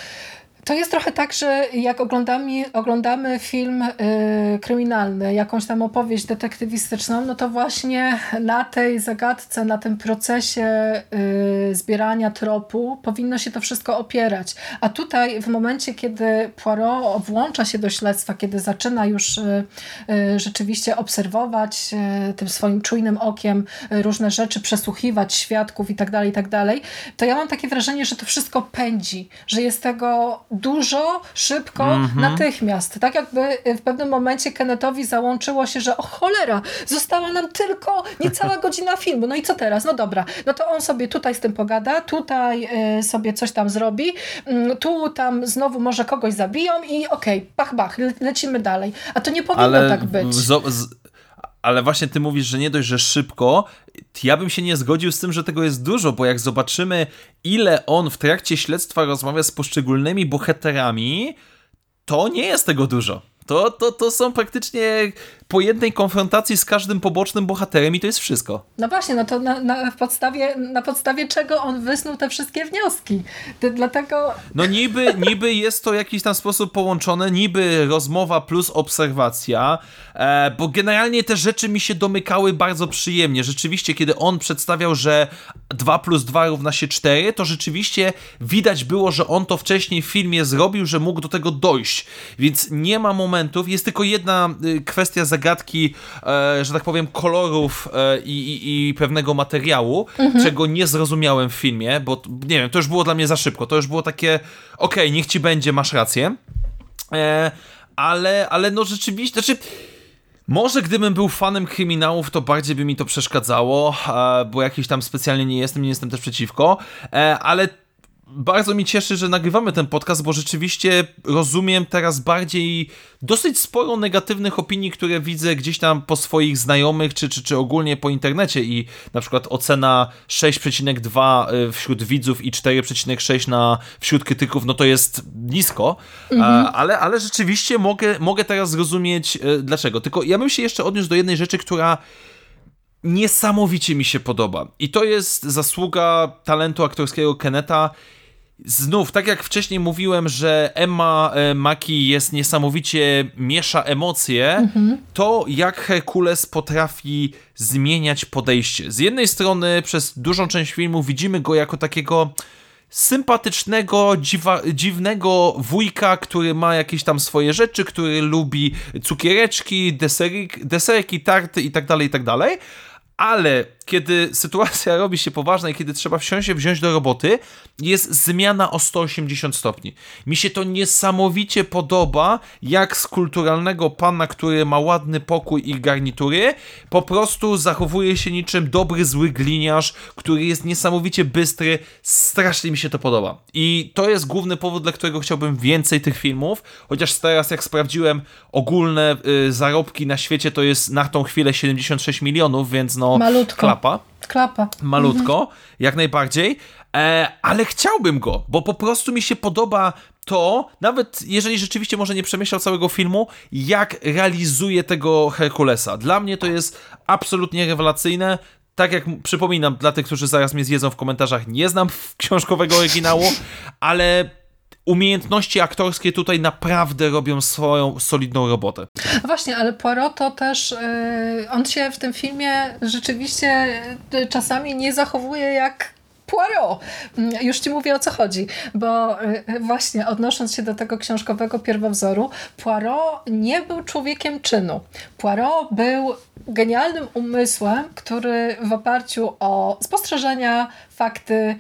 to jest trochę tak, że jak oglądamy, oglądamy film y, kryminalny, jakąś tam opowieść detektywistyczną, no to właśnie na tej zagadce, na tym procesie y, zbierania tropu powinno się to wszystko opierać. A tutaj w momencie, kiedy Poirot włącza się do śledztwa, kiedy zaczyna już y, y, rzeczywiście obserwować y, tym swoim czujnym okiem y, różne rzeczy, przesłuchiwać świadków i tak dalej, i tak dalej, to ja mam takie wrażenie, że to wszystko pędzi, że jest tego dużo, szybko, mm-hmm. natychmiast. Tak jakby w pewnym momencie Kennethowi załączyło się, że o cholera, została nam tylko niecała godzina filmu. No i co teraz? No dobra, no to on sobie tutaj z tym pogada, tutaj y, sobie coś tam zrobi, y, tu tam znowu może kogoś zabiją i okej, okay, bach, bach, le- lecimy dalej. A to nie powinno Ale tak być. Z, z, ale właśnie ty mówisz, że nie dość, że szybko, ja bym się nie zgodził z tym, że tego jest dużo, bo jak zobaczymy, ile on w trakcie śledztwa rozmawia z poszczególnymi bohaterami, to nie jest tego dużo. To, to, to są praktycznie po jednej konfrontacji z każdym pobocznym bohaterem i to jest wszystko. No właśnie, no to na, na, podstawie, na podstawie czego on wysnuł te wszystkie wnioski. To dlatego... No niby, niby jest to w jakiś tam sposób połączone, niby rozmowa plus obserwacja, e, bo generalnie te rzeczy mi się domykały bardzo przyjemnie. Rzeczywiście, kiedy on przedstawiał, że dwa plus dwa równa się cztery, to rzeczywiście widać było, że on to wcześniej w filmie zrobił, że mógł do tego dojść. Więc nie ma momentów, jest tylko jedna y, kwestia zagadki, e, że tak powiem, kolorów e, i, i, i pewnego materiału, mhm. czego nie zrozumiałem w filmie, bo nie wiem, to już było dla mnie za szybko, to już było takie, okej, okay, niech ci będzie, masz rację, e, ale, ale no rzeczywiście, znaczy może gdybym był fanem kryminałów, to bardziej by mi to przeszkadzało, e, bo jakiś tam specjalnie nie jestem, nie jestem też przeciwko, e, ale bardzo mi cieszy, że nagrywamy ten podcast, bo rzeczywiście rozumiem teraz bardziej dosyć sporo negatywnych opinii, które widzę gdzieś tam po swoich znajomych, czy, czy, czy ogólnie po internecie i na przykład ocena sześć przecinek dwa wśród widzów i cztery przecinek sześć na wśród krytyków, no to jest nisko, mhm. ale, ale rzeczywiście mogę, mogę teraz zrozumieć dlaczego. Tylko ja bym się jeszcze odniósł do jednej rzeczy, która niesamowicie mi się podoba i to jest zasługa talentu aktorskiego Kenneta. Znów, tak jak wcześniej mówiłem, że Emma e, Mackey jest niesamowicie, miesza emocje, mhm. to jak Herkules potrafi zmieniać podejście. Z jednej strony przez dużą część filmu widzimy go jako takiego sympatycznego, dziwa, dziwnego wujka, który ma jakieś tam swoje rzeczy, który lubi cukiereczki, deserik, deserki, tarty i tak dalej, i tak dalej. Ale kiedy sytuacja robi się poważna i kiedy trzeba wsiąść się wziąć do roboty, jest zmiana o sto osiemdziesiąt stopni. Mi się to niesamowicie podoba, jak z kulturalnego pana, który ma ładny pokój i garnitury, po prostu zachowuje się niczym dobry, zły gliniarz, który jest niesamowicie bystry. Strasznie mi się to podoba. I to jest główny powód, dla którego chciałbym więcej tych filmów, chociaż teraz jak sprawdziłem ogólne y, zarobki na świecie, to jest na tą chwilę siedemdziesiąt sześć milionów, więc no Malutko. klapa. Klapa. Malutko, mhm. jak najbardziej, e, ale chciałbym go, bo po prostu mi się podoba to, nawet jeżeli rzeczywiście może nie przemyślał całego filmu, jak realizuje tego Herkulesa. Dla mnie to jest absolutnie rewelacyjne. Tak jak przypominam, dla tych, którzy zaraz mnie zjedzą w komentarzach, nie znam książkowego oryginału, ale umiejętności aktorskie tutaj naprawdę robią swoją solidną robotę. Właśnie, ale Poirot to też, yy, on się w tym filmie rzeczywiście yy, czasami nie zachowuje jak Poirot. Już ci mówię, o co chodzi, bo właśnie odnosząc się do tego książkowego pierwowzoru, Poirot nie był człowiekiem czynu. Poirot był genialnym umysłem, który w oparciu o spostrzeżenia, fakty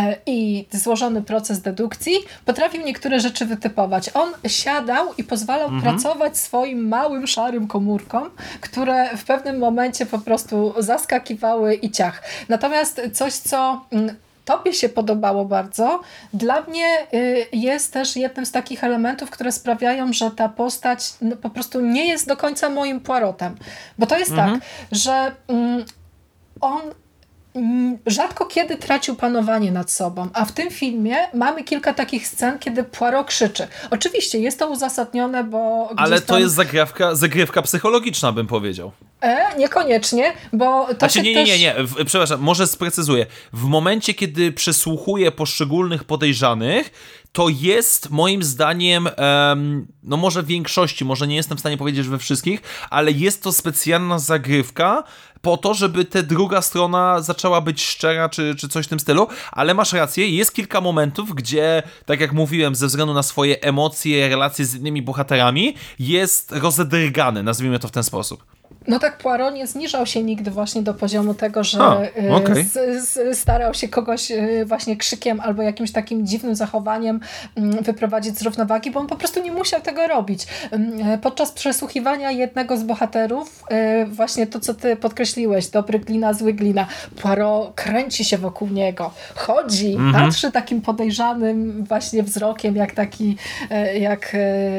i złożony proces dedukcji potrafił niektóre rzeczy wytypować. On siadał i pozwalał mhm. pracować swoim małym, szarym komórkom, które w pewnym momencie po prostu zaskakiwały i ciach. Natomiast coś, co tobie się podobało bardzo, dla mnie jest też jednym z takich elementów, które sprawiają, że ta postać no, po prostu nie jest do końca moim Poirotem. Bo to jest mhm. tak, że mm, on rzadko kiedy tracił panowanie nad sobą, a w tym filmie mamy kilka takich scen, kiedy Poirot krzyczy. Oczywiście jest to uzasadnione, bo... Ale to tam... jest zagrywka, zagrywka psychologiczna, bym powiedział. E, niekoniecznie, bo to znaczy, się nie, też... nie, nie, nie, w, przepraszam, może sprecyzuję. W momencie, kiedy przesłuchuję poszczególnych podejrzanych, to jest moim zdaniem, um, no może w większości, może nie jestem w stanie powiedzieć, że we wszystkich, ale jest to specjalna zagrywka po to, żeby ta druga strona zaczęła być szczera, czy, czy coś w tym stylu, ale masz rację, jest kilka momentów, gdzie, tak jak mówiłem, ze względu na swoje emocje, relacje z innymi bohaterami, jest rozedrgany, nazwijmy to w ten sposób. No tak, Poirot nie zniżał się nigdy właśnie do poziomu tego, że A, okay. s, s, starał się kogoś właśnie krzykiem albo jakimś takim dziwnym zachowaniem wyprowadzić z równowagi, bo on po prostu nie musiał tego robić. Podczas przesłuchiwania jednego z bohaterów, właśnie to, co ty podkreśliłeś, dobry glina, zły glina, Poirot kręci się wokół niego, chodzi, mm-hmm. patrzy takim podejrzanym właśnie wzrokiem, jak taki, jak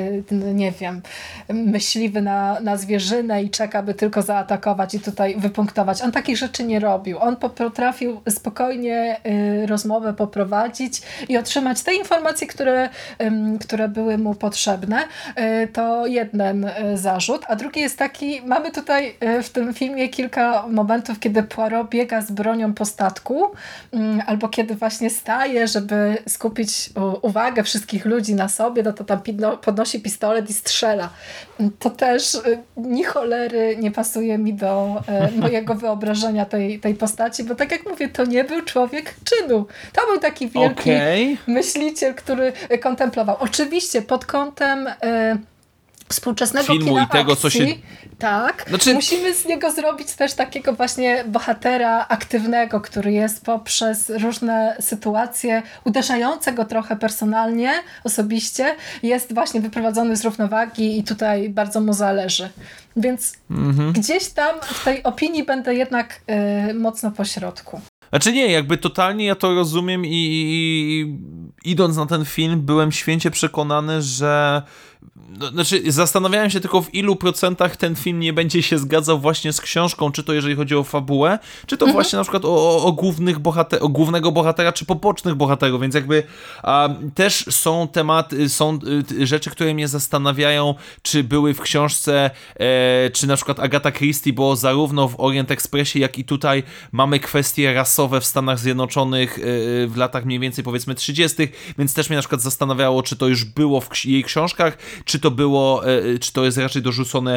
nie wiem, myśliwy na, na zwierzynę i czeka, by tylko zaatakować i tutaj wypunktować. On takich rzeczy nie robił. On potrafił spokojnie y, rozmowę poprowadzić i otrzymać te informacje, które, y, które były mu potrzebne. Y, to jeden y, zarzut. A drugi jest taki, mamy tutaj y, w tym filmie kilka momentów, kiedy Poirot biega z bronią po statku, y, albo kiedy właśnie staje, żeby skupić u, uwagę wszystkich ludzi na sobie, no to tam pidno, podnosi pistolet i strzela. To też y, ni cholery nie pasuje mi do e, mojego wyobrażenia tej, tej postaci, bo tak jak mówię, to nie był człowiek czynu. To był taki wielki okay. myśliciel, który kontemplował. Oczywiście pod kątem e, współczesnego filmu kina i tego, akcji, co się... tak, znaczy... musimy z niego zrobić też takiego właśnie bohatera aktywnego, który jest poprzez różne sytuacje uderzające go trochę personalnie, osobiście, jest właśnie wyprowadzony z równowagi i tutaj bardzo mu zależy. Więc mhm. gdzieś tam w tej opinii będę jednak y, mocno po środku. Znaczy nie, jakby totalnie ja to rozumiem i, i, i idąc na ten film byłem święcie przekonany, że no, znaczy zastanawiałem się tylko w ilu procentach ten film nie będzie się zgadzał właśnie z książką, czy to jeżeli chodzi o fabułę, czy to mhm. właśnie na przykład o, o, o głównych bohater, o głównego bohatera, czy pobocznych bohaterów, więc jakby a, też są tematy, są y, rzeczy, które mnie zastanawiają, czy były w książce, e, czy na przykład Agatha Christie, bo zarówno w Orient Expressie, jak i tutaj mamy kwestie rasowe w Stanach Zjednoczonych y, w latach mniej więcej powiedzmy trzydziestych, więc też mnie na przykład zastanawiało, czy to już było w jej książkach, czy to było, czy to jest raczej dorzucone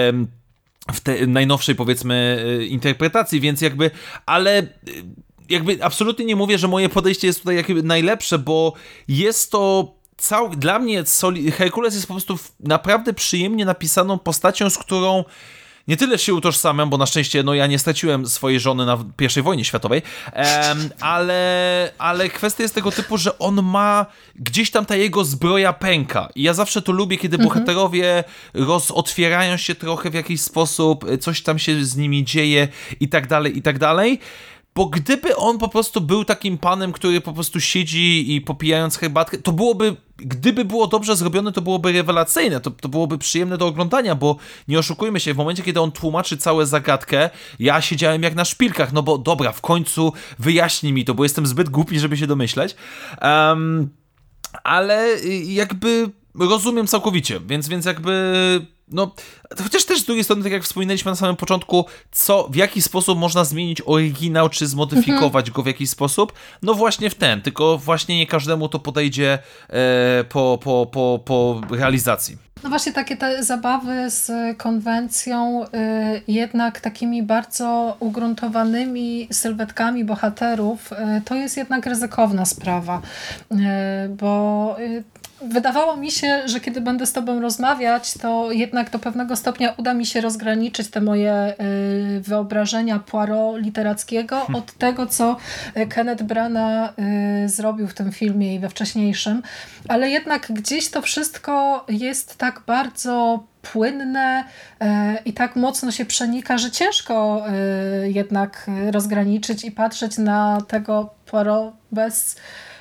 w tej najnowszej, powiedzmy, interpretacji, więc jakby, ale jakby absolutnie nie mówię, że moje podejście jest tutaj jakby najlepsze, bo jest to cał... dla mnie Soli... Herkules jest po prostu naprawdę przyjemnie napisaną postacią, z którą nie tyle się utożsamiam, bo na szczęście no ja nie straciłem swojej żony na pierwszej wojnie światowej, em, ale, ale kwestia jest tego typu, że on ma gdzieś tam ta jego zbroja pęka i ja zawsze to lubię, kiedy mhm. bohaterowie rozotwierają się trochę w jakiś sposób, coś tam się z nimi dzieje i tak dalej, i tak dalej. Bo gdyby on po prostu był takim panem, który po prostu siedzi i popijając herbatkę, to byłoby, gdyby było dobrze zrobione, to byłoby rewelacyjne, to, to byłoby przyjemne do oglądania, bo nie oszukujmy się, w momencie, kiedy on tłumaczy całą zagadkę, ja siedziałem jak na szpilkach, no bo dobra, w końcu wyjaśni mi to, bo jestem zbyt głupi, żeby się domyśleć, um, ale jakby rozumiem całkowicie, więc, więc jakby... No, chociaż też z drugiej strony, tak jak wspominaliśmy na samym początku, co, w jaki sposób można zmienić oryginał, czy zmodyfikować mhm. go w jakiś sposób, no właśnie w ten, tylko właśnie nie każdemu to podejdzie e, po, po, po, po realizacji. No właśnie takie te zabawy z konwencją, y, jednak takimi bardzo ugruntowanymi sylwetkami bohaterów, y, to jest jednak ryzykowna sprawa, y, bo... Y, Wydawało mi się, że kiedy będę z tobą rozmawiać, to jednak do pewnego stopnia uda mi się rozgraniczyć te moje y, wyobrażenia Poirot literackiego hmm. od tego, co Kenneth Branagh y, zrobił w tym filmie i we wcześniejszym. Ale jednak gdzieś to wszystko jest tak bardzo płynne i tak mocno się przenika, że ciężko jednak rozgraniczyć i patrzeć na tego Poirot bez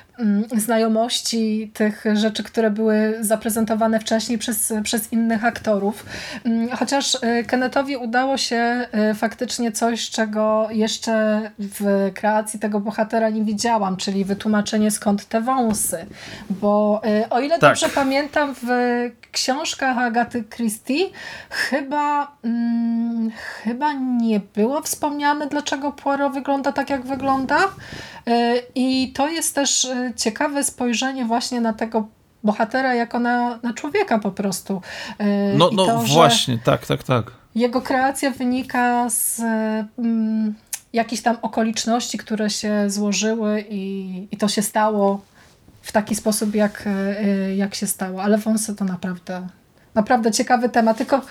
znajomości tych rzeczy, które były zaprezentowane wcześniej przez, przez innych aktorów. Chociaż Kennethowi udało się faktycznie coś, czego jeszcze w kreacji tego bohatera nie widziałam, czyli wytłumaczenie, skąd te wąsy. Bo o ile tak. dobrze pamiętam, w książkach Agaty Christie chyba, hmm, chyba nie było wspomniane, dlaczego Poirot wygląda tak, jak wygląda. I to jest też ciekawe spojrzenie właśnie na tego bohatera jako na, na człowieka po prostu. No, I no to, właśnie, tak, tak, tak. Jego kreacja wynika z mm, jakichś tam okoliczności, które się złożyły i, i to się stało w taki sposób, jak, jak się stało. Ale wąsy to naprawdę... Naprawdę ciekawy temat, tylko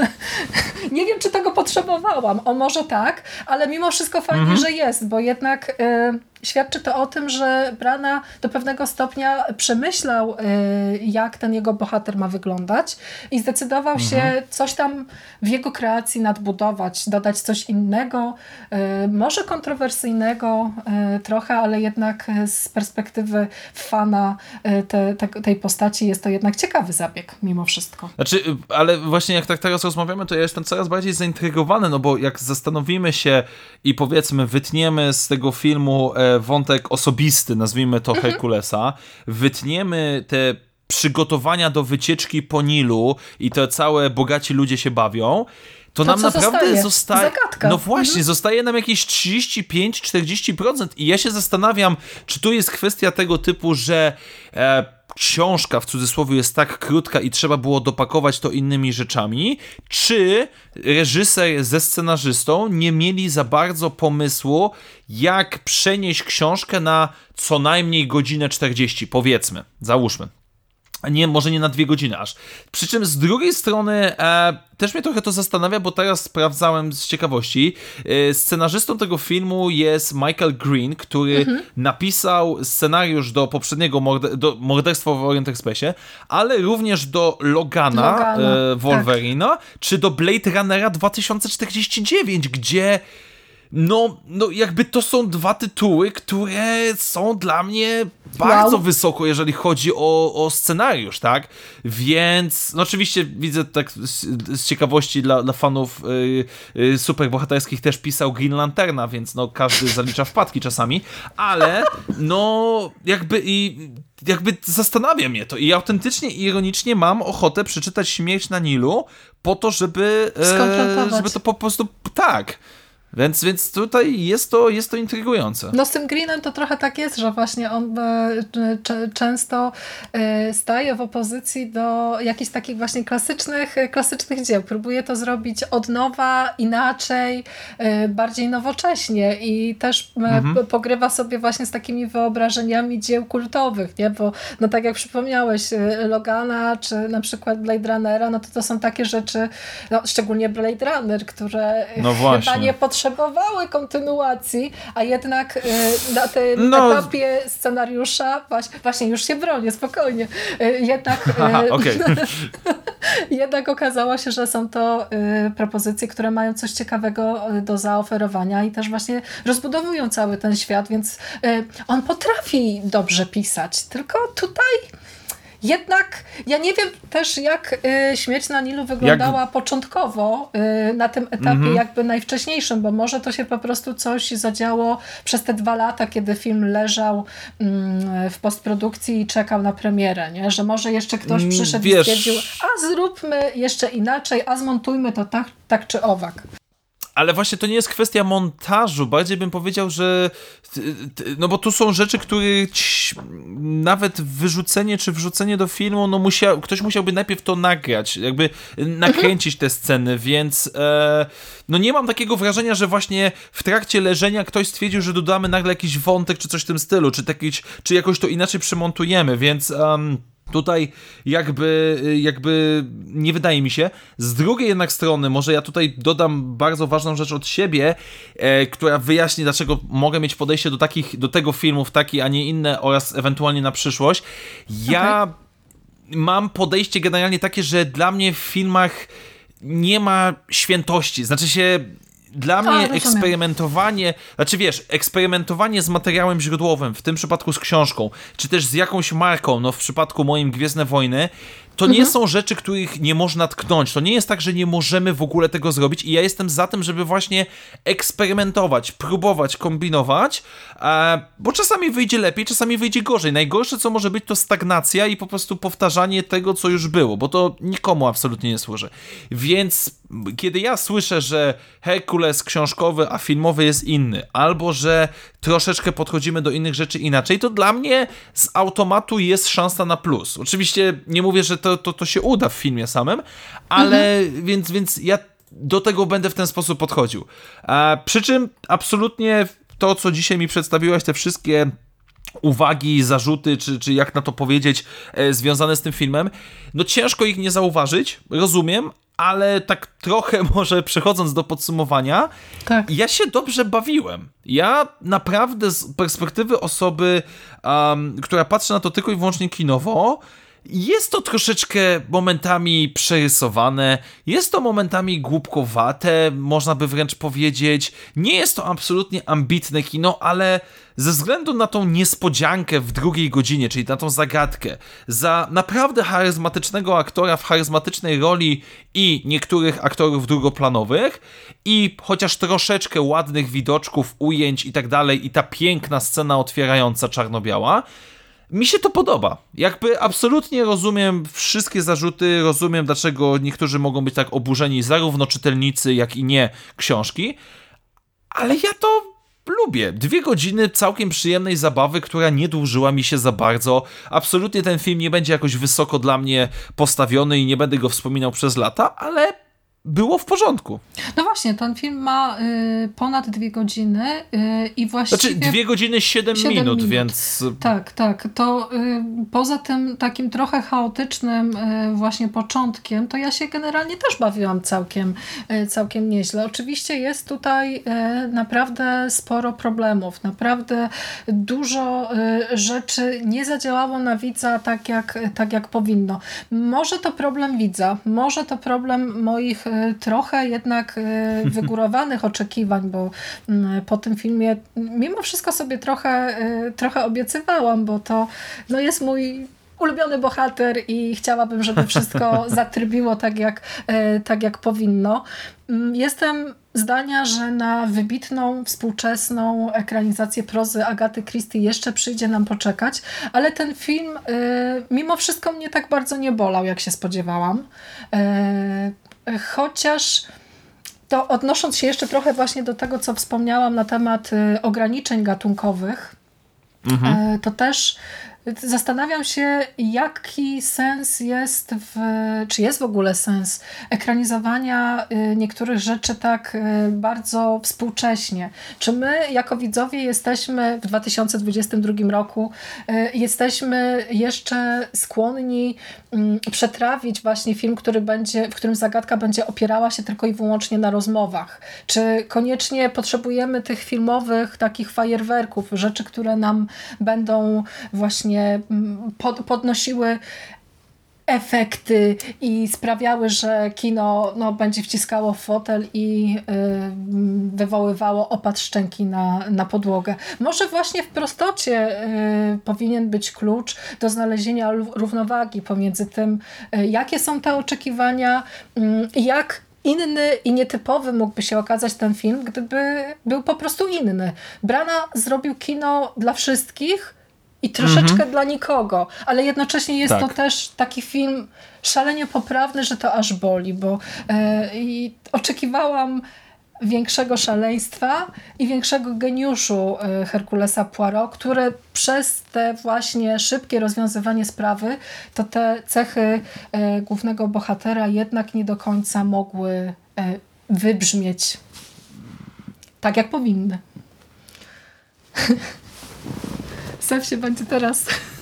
nie wiem, czy tego potrzebowałam. O, może tak, ale mimo wszystko fajnie, mhm. że jest, bo jednak y, świadczy to o tym, że Branagh do pewnego stopnia przemyślał, y, jak ten jego bohater ma wyglądać i zdecydował mhm. się coś tam w jego kreacji nadbudować, dodać coś innego, y, może kontrowersyjnego y, trochę, ale jednak z perspektywy fana y, te, te, tej postaci jest to jednak ciekawy zabieg mimo wszystko. Znaczy, ale właśnie jak tak teraz rozmawiamy, to ja jestem coraz bardziej zaintrygowany, no bo jak zastanowimy się i powiedzmy wytniemy z tego filmu e, wątek osobisty, nazwijmy to mhm. Herkulesa, wytniemy te przygotowania do wycieczki po Nilu i te całe bogaci ludzie się bawią, to, to nam naprawdę zostaje. zostaje Zagadka. No właśnie, mhm. zostaje nam jakieś trzydzieści pięć do czterdziestu procent i ja się zastanawiam, czy tu jest kwestia tego typu, że e, książka w cudzysłowie jest tak krótka i trzeba było dopakować to innymi rzeczami, czy reżyser ze scenarzystą nie mieli za bardzo pomysłu, jak przenieść książkę na co najmniej godzinę czterdzieści, powiedzmy, załóżmy. Nie, może nie na dwie godziny aż. Przy czym z drugiej strony e, też mnie trochę to zastanawia, bo teraz sprawdzałem z ciekawości. E, scenarzystą tego filmu jest Michael Green, który mhm. napisał scenariusz do poprzedniego morde- do Morderstwa w Orient Expressie, ale również do Logana, Logana e, Wolverina, tak. czy do Blade Runnera dwa tysiące czterdzieści dziewięć, gdzie No, no jakby to są dwa tytuły, które są dla mnie bardzo wow. wysoko, jeżeli chodzi o, o scenariusz, tak? Więc, no oczywiście widzę tak z, z ciekawości dla, dla fanów yy, yy, superbohaterskich też pisał Green Lanterna, więc no każdy zalicza wpadki czasami, ale no jakby i jakby zastanawia mnie to i autentycznie i ironicznie mam ochotę przeczytać Śmierć na Nilu po to, żeby, e, żeby to po prostu tak. Więc, więc tutaj jest to, jest to intrygujące. No z tym Greenem to trochę tak jest, że właśnie on e, c- często e, staje w opozycji do jakichś takich właśnie klasycznych, klasycznych dzieł. Próbuje to zrobić od nowa, inaczej, e, bardziej nowocześnie i też e, mhm. pogrywa sobie właśnie z takimi wyobrażeniami dzieł kultowych, nie? Bo no tak jak przypomniałeś Logana, czy na przykład Blade Runnera, no to to są takie rzeczy, no, szczególnie Blade Runner, które no chyba nie potrzebują potrzebowały kontynuacji, a jednak y, na tym no. etapie scenariusza, właśnie, właśnie już się bronię, spokojnie, y, jednak, Aha, okay. jednak okazało się, że są to y, propozycje, które mają coś ciekawego do zaoferowania i też właśnie rozbudowują cały ten świat, więc y, on potrafi dobrze pisać, tylko tutaj jednak ja nie wiem też, jak y, Śmierć na Nilu wyglądała jak... początkowo y, na tym etapie mm-hmm. jakby najwcześniejszym, bo może to się po prostu coś zadziało przez te dwa lata, kiedy film leżał y, w postprodukcji i czekał na premierę, nie? Że może jeszcze ktoś przyszedł Wiesz... i stwierdził, a zróbmy jeszcze inaczej, a zmontujmy to tak, tak czy owak. Ale właśnie to nie jest kwestia montażu, bardziej bym powiedział, że no bo tu są rzeczy, które nawet wyrzucenie czy wrzucenie do filmu, no musiał, ktoś musiałby najpierw to nagrać, jakby nakręcić te sceny, więc e, no nie mam takiego wrażenia, że właśnie w trakcie leżenia ktoś stwierdził, że dodamy nagle jakiś wątek czy coś w tym stylu, czy, taki, czy jakoś to inaczej przemontujemy, więc... Um, Tutaj jakby, jakby nie wydaje mi się. Z drugiej jednak strony, może ja tutaj dodam bardzo ważną rzecz od siebie, e, która wyjaśni, dlaczego mogę mieć podejście do takich, do tego filmu w taki, a nie inne oraz ewentualnie na przyszłość. Ja... Okay. mam podejście generalnie takie, że dla mnie w filmach nie ma świętości. Znaczy się, dla mnie rozumiem. eksperymentowanie, znaczy wiesz, eksperymentowanie z materiałem źródłowym, w tym przypadku z książką, czy też z jakąś marką, no w przypadku moim Gwiezdne Wojny, to nie mhm. są rzeczy, których nie można tknąć. To nie jest tak, że nie możemy w ogóle tego zrobić i ja jestem za tym, żeby właśnie eksperymentować, próbować, kombinować, e, bo czasami wyjdzie lepiej, czasami wyjdzie gorzej. Najgorsze, co może być, to stagnacja i po prostu powtarzanie tego, co już było, bo to nikomu absolutnie nie służy. Więc kiedy ja słyszę, że Herkules książkowy, a filmowy jest inny, albo że troszeczkę podchodzimy do innych rzeczy inaczej, to dla mnie z automatu jest szansa na plus. Oczywiście nie mówię, że to, to, to się uda w filmie samym, ale mhm. więc, więc ja do tego będę w ten sposób podchodził. A, przy czym absolutnie to, co dzisiaj mi przedstawiłaś, te wszystkie uwagi, zarzuty, czy, czy jak na to powiedzieć, e, związane z tym filmem, no ciężko ich nie zauważyć, rozumiem, ale tak trochę może przechodząc do podsumowania, tak. ja się dobrze bawiłem. Ja naprawdę z perspektywy osoby, um, która patrzy na to tylko i wyłącznie kinowo, jest to troszeczkę momentami przerysowane, jest to momentami głupkowate, można by wręcz powiedzieć. Nie jest to absolutnie ambitne kino, ale ze względu na tą niespodziankę w drugiej godzinie, czyli na tą zagadkę, za naprawdę charyzmatycznego aktora w charyzmatycznej roli i niektórych aktorów drugoplanowych i chociaż troszeczkę ładnych widoczków, ujęć i tak dalej i ta piękna scena otwierająca czarno-biała, mi się to podoba. Jakby absolutnie rozumiem wszystkie zarzuty, rozumiem, dlaczego niektórzy mogą być tak oburzeni, zarówno czytelnicy, jak i nie książki, ale ja to lubię. Dwie godziny całkiem przyjemnej zabawy, która nie dłużyła mi się za bardzo. Absolutnie ten film nie będzie jakoś wysoko dla mnie postawiony i nie będę go wspominał przez lata, ale było w porządku. No właśnie, ten film ma y, ponad dwie godziny y, i właściwie... Znaczy dwie godziny siedem minut, minut, więc... Tak, tak. To y, poza tym takim trochę chaotycznym y, właśnie początkiem, to ja się generalnie też bawiłam całkiem, y, całkiem nieźle. Oczywiście jest tutaj y, naprawdę sporo problemów, naprawdę dużo y, rzeczy nie zadziałało na widza tak jak, tak jak powinno. Może to problem widza, może to problem moich trochę jednak wygórowanych oczekiwań, bo po tym filmie mimo wszystko sobie trochę, trochę obiecywałam, bo to no jest mój ulubiony bohater i chciałabym, żeby wszystko zatrybiło tak jak, tak jak powinno. Jestem zdania, że na wybitną, współczesną ekranizację prozy Agaty Christie jeszcze przyjdzie nam poczekać, ale ten film mimo wszystko mnie tak bardzo nie bolał, jak się spodziewałam. Chociaż to odnosząc się jeszcze trochę właśnie do tego, co wspomniałam na temat ograniczeń gatunkowych, mhm. to też zastanawiam się, jaki sens jest, w, czy jest w ogóle sens ekranizowania niektórych rzeczy tak bardzo współcześnie. Czy my jako widzowie jesteśmy w dwa tysiące dwudziestym drugim roku, jesteśmy jeszcze skłonni przetrawić właśnie film, który będzie, w którym zagadka będzie opierała się tylko i wyłącznie na rozmowach? Czy koniecznie potrzebujemy tych filmowych takich fajerwerków, rzeczy, które nam będą właśnie Pod, podnosiły efekty i sprawiały, że kino no, będzie wciskało w fotel i y, wywoływało opad szczęki na, na podłogę. Może właśnie w prostocie y, powinien być klucz do znalezienia równowagi pomiędzy tym, y, jakie są te oczekiwania, y, jak inny i nietypowy mógłby się okazać ten film, gdyby był po prostu inny. Brana zrobił kino dla wszystkich i troszeczkę mhm. dla nikogo, ale jednocześnie jest tak. to też taki film szalenie poprawny, że to aż boli, bo e, i oczekiwałam większego szaleństwa i większego geniuszu e, Herkulesa Poirot, które przez te właśnie szybkie rozwiązywanie sprawy, to te cechy e, głównego bohatera jednak nie do końca mogły e, wybrzmieć tak, jak powinny. Sef się będzie teraz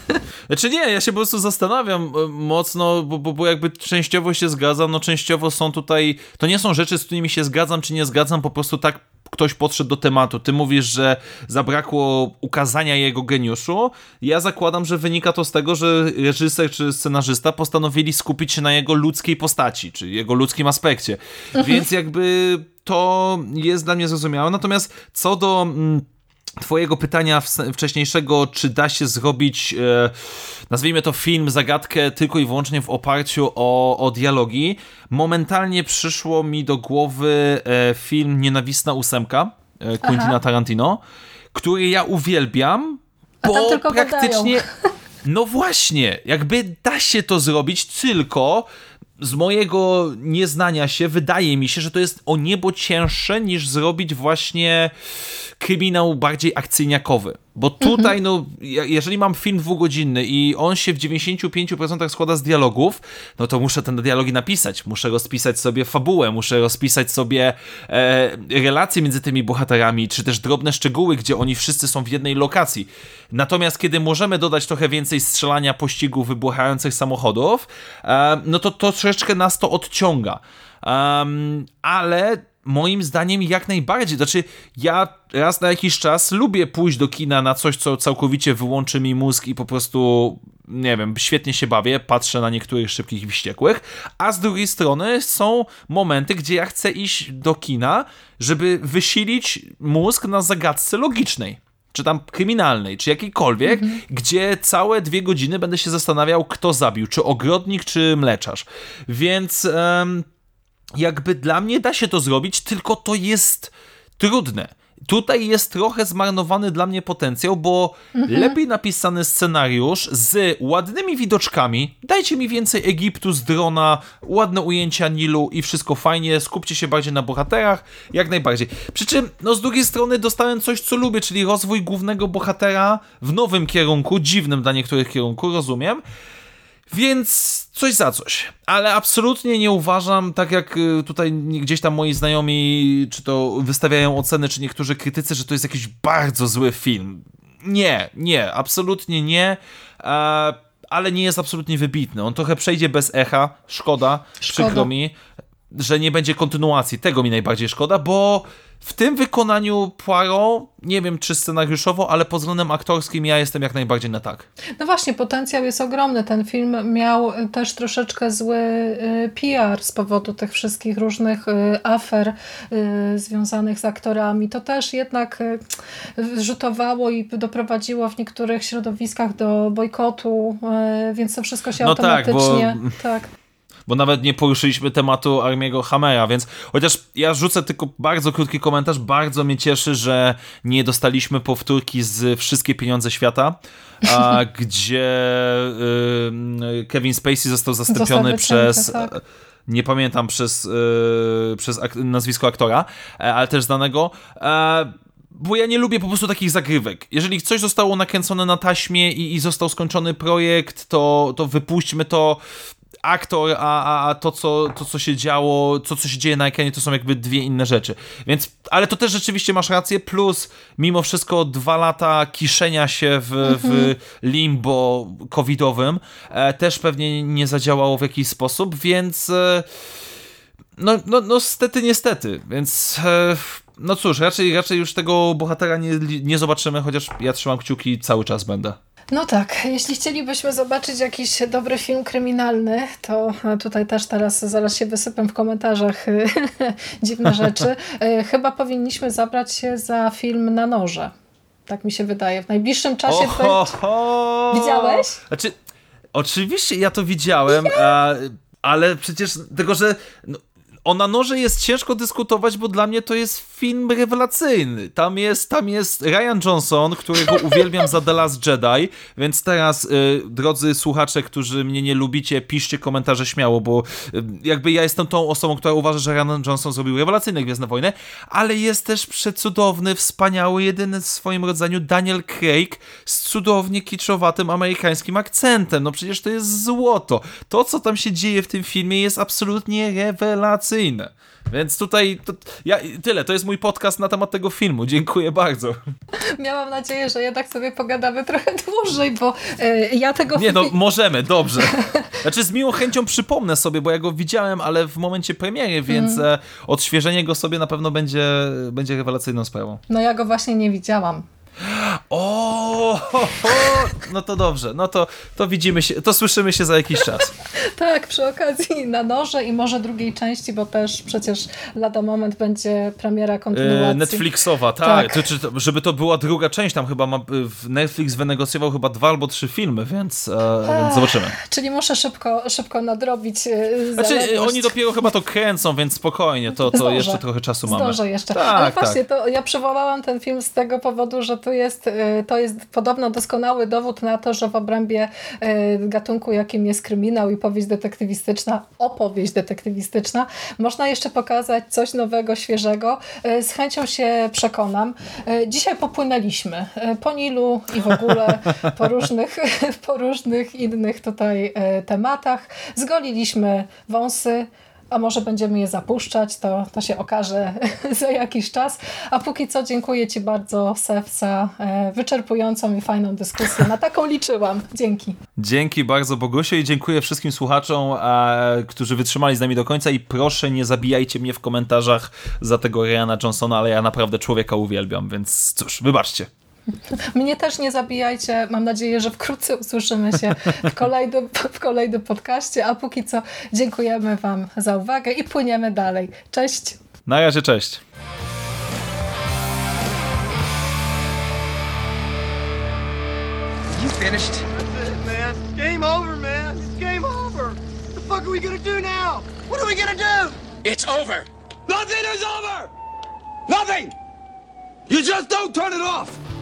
Znaczy nie, ja się po prostu zastanawiam mocno, bo, bo, bo jakby częściowo się zgadzam, no częściowo są tutaj, to nie są rzeczy, z którymi się zgadzam czy nie zgadzam, po prostu tak ktoś podszedł do tematu. Ty mówisz, że zabrakło ukazania jego geniuszu. Ja zakładam, że wynika to z tego, że reżyser czy scenarzysta postanowili skupić się na jego ludzkiej postaci, czy jego ludzkim aspekcie. Mhm. Więc jakby to jest dla mnie zrozumiałe. Natomiast co do mm, twojego pytania wcześniejszego, czy da się zrobić, e, nazwijmy to film, zagadkę tylko i wyłącznie w oparciu o, o dialogi, momentalnie przyszło mi do głowy e, film Nienawistna ósemka e, Quentina Aha. Tarantino, który ja uwielbiam, bo tylko praktycznie... gadają. No właśnie, jakby da się to zrobić, tylko z mojego nieznania się wydaje mi się, że to jest o niebo cięższe niż zrobić właśnie kryminał bardziej akcyjniakowy. Bo tutaj, mhm. no, jeżeli mam film dwugodzinny i on się w dziewięćdziesiąt pięć procent składa z dialogów, no to muszę te dialogi napisać. Muszę rozpisać sobie fabułę, muszę rozpisać sobie e, relacje między tymi bohaterami, czy też drobne szczegóły, gdzie oni wszyscy są w jednej lokacji. Natomiast kiedy możemy dodać trochę więcej strzelania, pościgów, wybuchających samochodów, e, no to, to troszeczkę nas to odciąga. Um, ale moim zdaniem jak najbardziej. Znaczy, ja raz na jakiś czas lubię pójść do kina na coś, co całkowicie wyłączy mi mózg i po prostu, nie wiem, świetnie się bawię, patrzę na niektórych Szybkich i Wściekłych, a z drugiej strony są momenty, gdzie ja chcę iść do kina, żeby wysilić mózg na zagadce logicznej, czy tam kryminalnej, czy jakiejkolwiek, mhm. gdzie całe dwie godziny będę się zastanawiał, kto zabił, czy ogrodnik, czy mleczarz. Więc um, jakby dla mnie da się to zrobić, tylko to jest trudne. Tutaj jest trochę zmarnowany dla mnie potencjał, bo mhm. lepiej napisany scenariusz z ładnymi widoczkami, dajcie mi więcej Egiptu z drona, ładne ujęcia Nilu i wszystko fajnie, skupcie się bardziej na bohaterach, jak najbardziej. Przy czym, no z drugiej strony dostałem coś, co lubię, czyli rozwój głównego bohatera w nowym kierunku, dziwnym dla niektórych kierunku, rozumiem. Więc coś za coś. Ale absolutnie nie uważam, tak jak tutaj gdzieś tam moi znajomi, czy to wystawiają oceny, czy niektórzy krytycy, że to jest jakiś bardzo zły film. Nie, nie, absolutnie nie. E, ale nie jest absolutnie wybitny. On trochę przejdzie bez echa. Szkoda, Szkoda. przykro mi, że nie będzie kontynuacji. Tego mi najbardziej szkoda, bo w tym wykonaniu Poirot, nie wiem czy scenariuszowo, ale pod względem aktorskim ja jestem jak najbardziej na tak. No właśnie, potencjał jest ogromny. Ten film miał też troszeczkę zły P R z powodu tych wszystkich różnych afer związanych z aktorami. To też jednak rzutowało i doprowadziło w niektórych środowiskach do bojkotu, więc to wszystko się no automatycznie... Tak, bo... tak. Bo nawet nie poruszyliśmy tematu Armiego Hammera, więc chociaż ja rzucę tylko bardzo krótki komentarz, bardzo mnie cieszy, że nie dostaliśmy powtórki z Wszystkie pieniądze świata, a, gdzie y, Kevin Spacey został zastąpiony Został przez... tak. Nie pamiętam przez, y, przez ak- nazwisko aktora, ale też znanego. E, Bo ja nie lubię po prostu takich zagrywek. Jeżeli coś zostało nakręcone na taśmie i, i został skończony projekt, to, to wypuśćmy to. Aktor, a, a to, co, to, co się działo, to, co się dzieje na ekranie, to są jakby dwie inne rzeczy. Więc, ale to też rzeczywiście masz rację, plus mimo wszystko dwa lata kiszenia się w, mhm. w limbo covidowym e, też pewnie nie zadziałało w jakiś sposób, więc e, no, no, no stety, niestety, więc e, no cóż, raczej, raczej już tego bohatera nie, nie zobaczymy, chociaż ja trzymam kciuki, cały czas będę. No tak, jeśli chcielibyśmy zobaczyć jakiś dobry film kryminalny, to tutaj też teraz zaraz się wysypę w komentarzach dziwne rzeczy. Chyba powinniśmy zabrać się za film Na noże. Tak mi się wydaje. W najbliższym czasie... Oho, ho. Widziałeś? Znaczy, oczywiście ja to widziałem, a, ale przecież tego, że... No, o Na noże jest ciężko dyskutować, bo dla mnie to jest film rewelacyjny. Tam jest, tam jest Ryan Johnson, którego uwielbiam za The Last Jedi, więc teraz, y, drodzy słuchacze, którzy mnie nie lubicie, piszcie komentarze śmiało, bo y, jakby ja jestem tą osobą, która uważa, że Ryan Johnson zrobił rewelacyjne Gwiezdne Wojny, ale jest też przecudowny, wspaniały, jedyny w swoim rodzaju Daniel Craig z cudownie kiczowatym amerykańskim akcentem. No przecież to jest złoto. To, co tam się dzieje w tym filmie, jest absolutnie rewelacyjne. rewelacyjne. Więc tutaj to, ja, tyle, to jest mój podcast na temat tego filmu. Dziękuję bardzo. Miałam nadzieję, że jednak sobie pogadamy trochę dłużej, bo y, ja tego... Nie no, możemy, dobrze. Znaczy z miłą chęcią przypomnę sobie, bo ja go widziałem, ale w momencie premiery, więc mm. odświeżenie go sobie na pewno będzie, będzie rewelacyjną sprawą. No ja go właśnie nie widziałam. O, ho, ho. No to dobrze, no to, to widzimy się, to słyszymy się za jakiś czas. Tak, przy okazji na noże i może drugiej części, bo też przecież lada moment będzie premiera kontynuacji. E, Netflixowa, tak. tak. To, to, żeby to była druga część, tam chyba ma, Netflix wynegocjował chyba dwa albo trzy filmy, więc, e, Ech, więc zobaczymy. Czyli muszę szybko, szybko nadrobić e, Znaczy zaległość. Oni dopiero chyba to kręcą, więc spokojnie, to, to jeszcze trochę czasu mamy. Zdążę jeszcze. Tak, Ale właśnie, tak. to ja przywołałam ten film z tego powodu, że to jest, to jest podobno doskonały dowód na to, że w obrębie gatunku, jakim jest kryminał i powieść detektywistyczna, opowieść detektywistyczna, można jeszcze pokazać coś nowego, świeżego. Z chęcią się przekonam. Dzisiaj popłynęliśmy po Nilu i w ogóle po różnych, po różnych innych tutaj tematach. Zgoliliśmy wąsy, a może będziemy je zapuszczać, to, to się okaże za jakiś czas. A póki co dziękuję Ci bardzo, Sef, za wyczerpującą i fajną dyskusję. Na taką liczyłam. Dzięki. Dzięki bardzo, Bogusiu, i dziękuję wszystkim słuchaczom, e, którzy wytrzymali z nami do końca i proszę nie zabijajcie mnie w komentarzach za tego Ryana Johnsona, ale ja naprawdę człowieka uwielbiam, więc cóż, wybaczcie. Mnie też nie zabijajcie. Mam nadzieję, że wkrótce usłyszymy się w kolejnym, w kolejnym podcaście, a póki co dziękujemy Wam za uwagę i płyniemy dalej. Cześć! Na razie, cześć! You finished? That's it, man. It's game over, man. It's game over. What the fuck are we gonna do now? What are we gonna do? It's over. Nothing is over! Nothing! You just don't turn it off!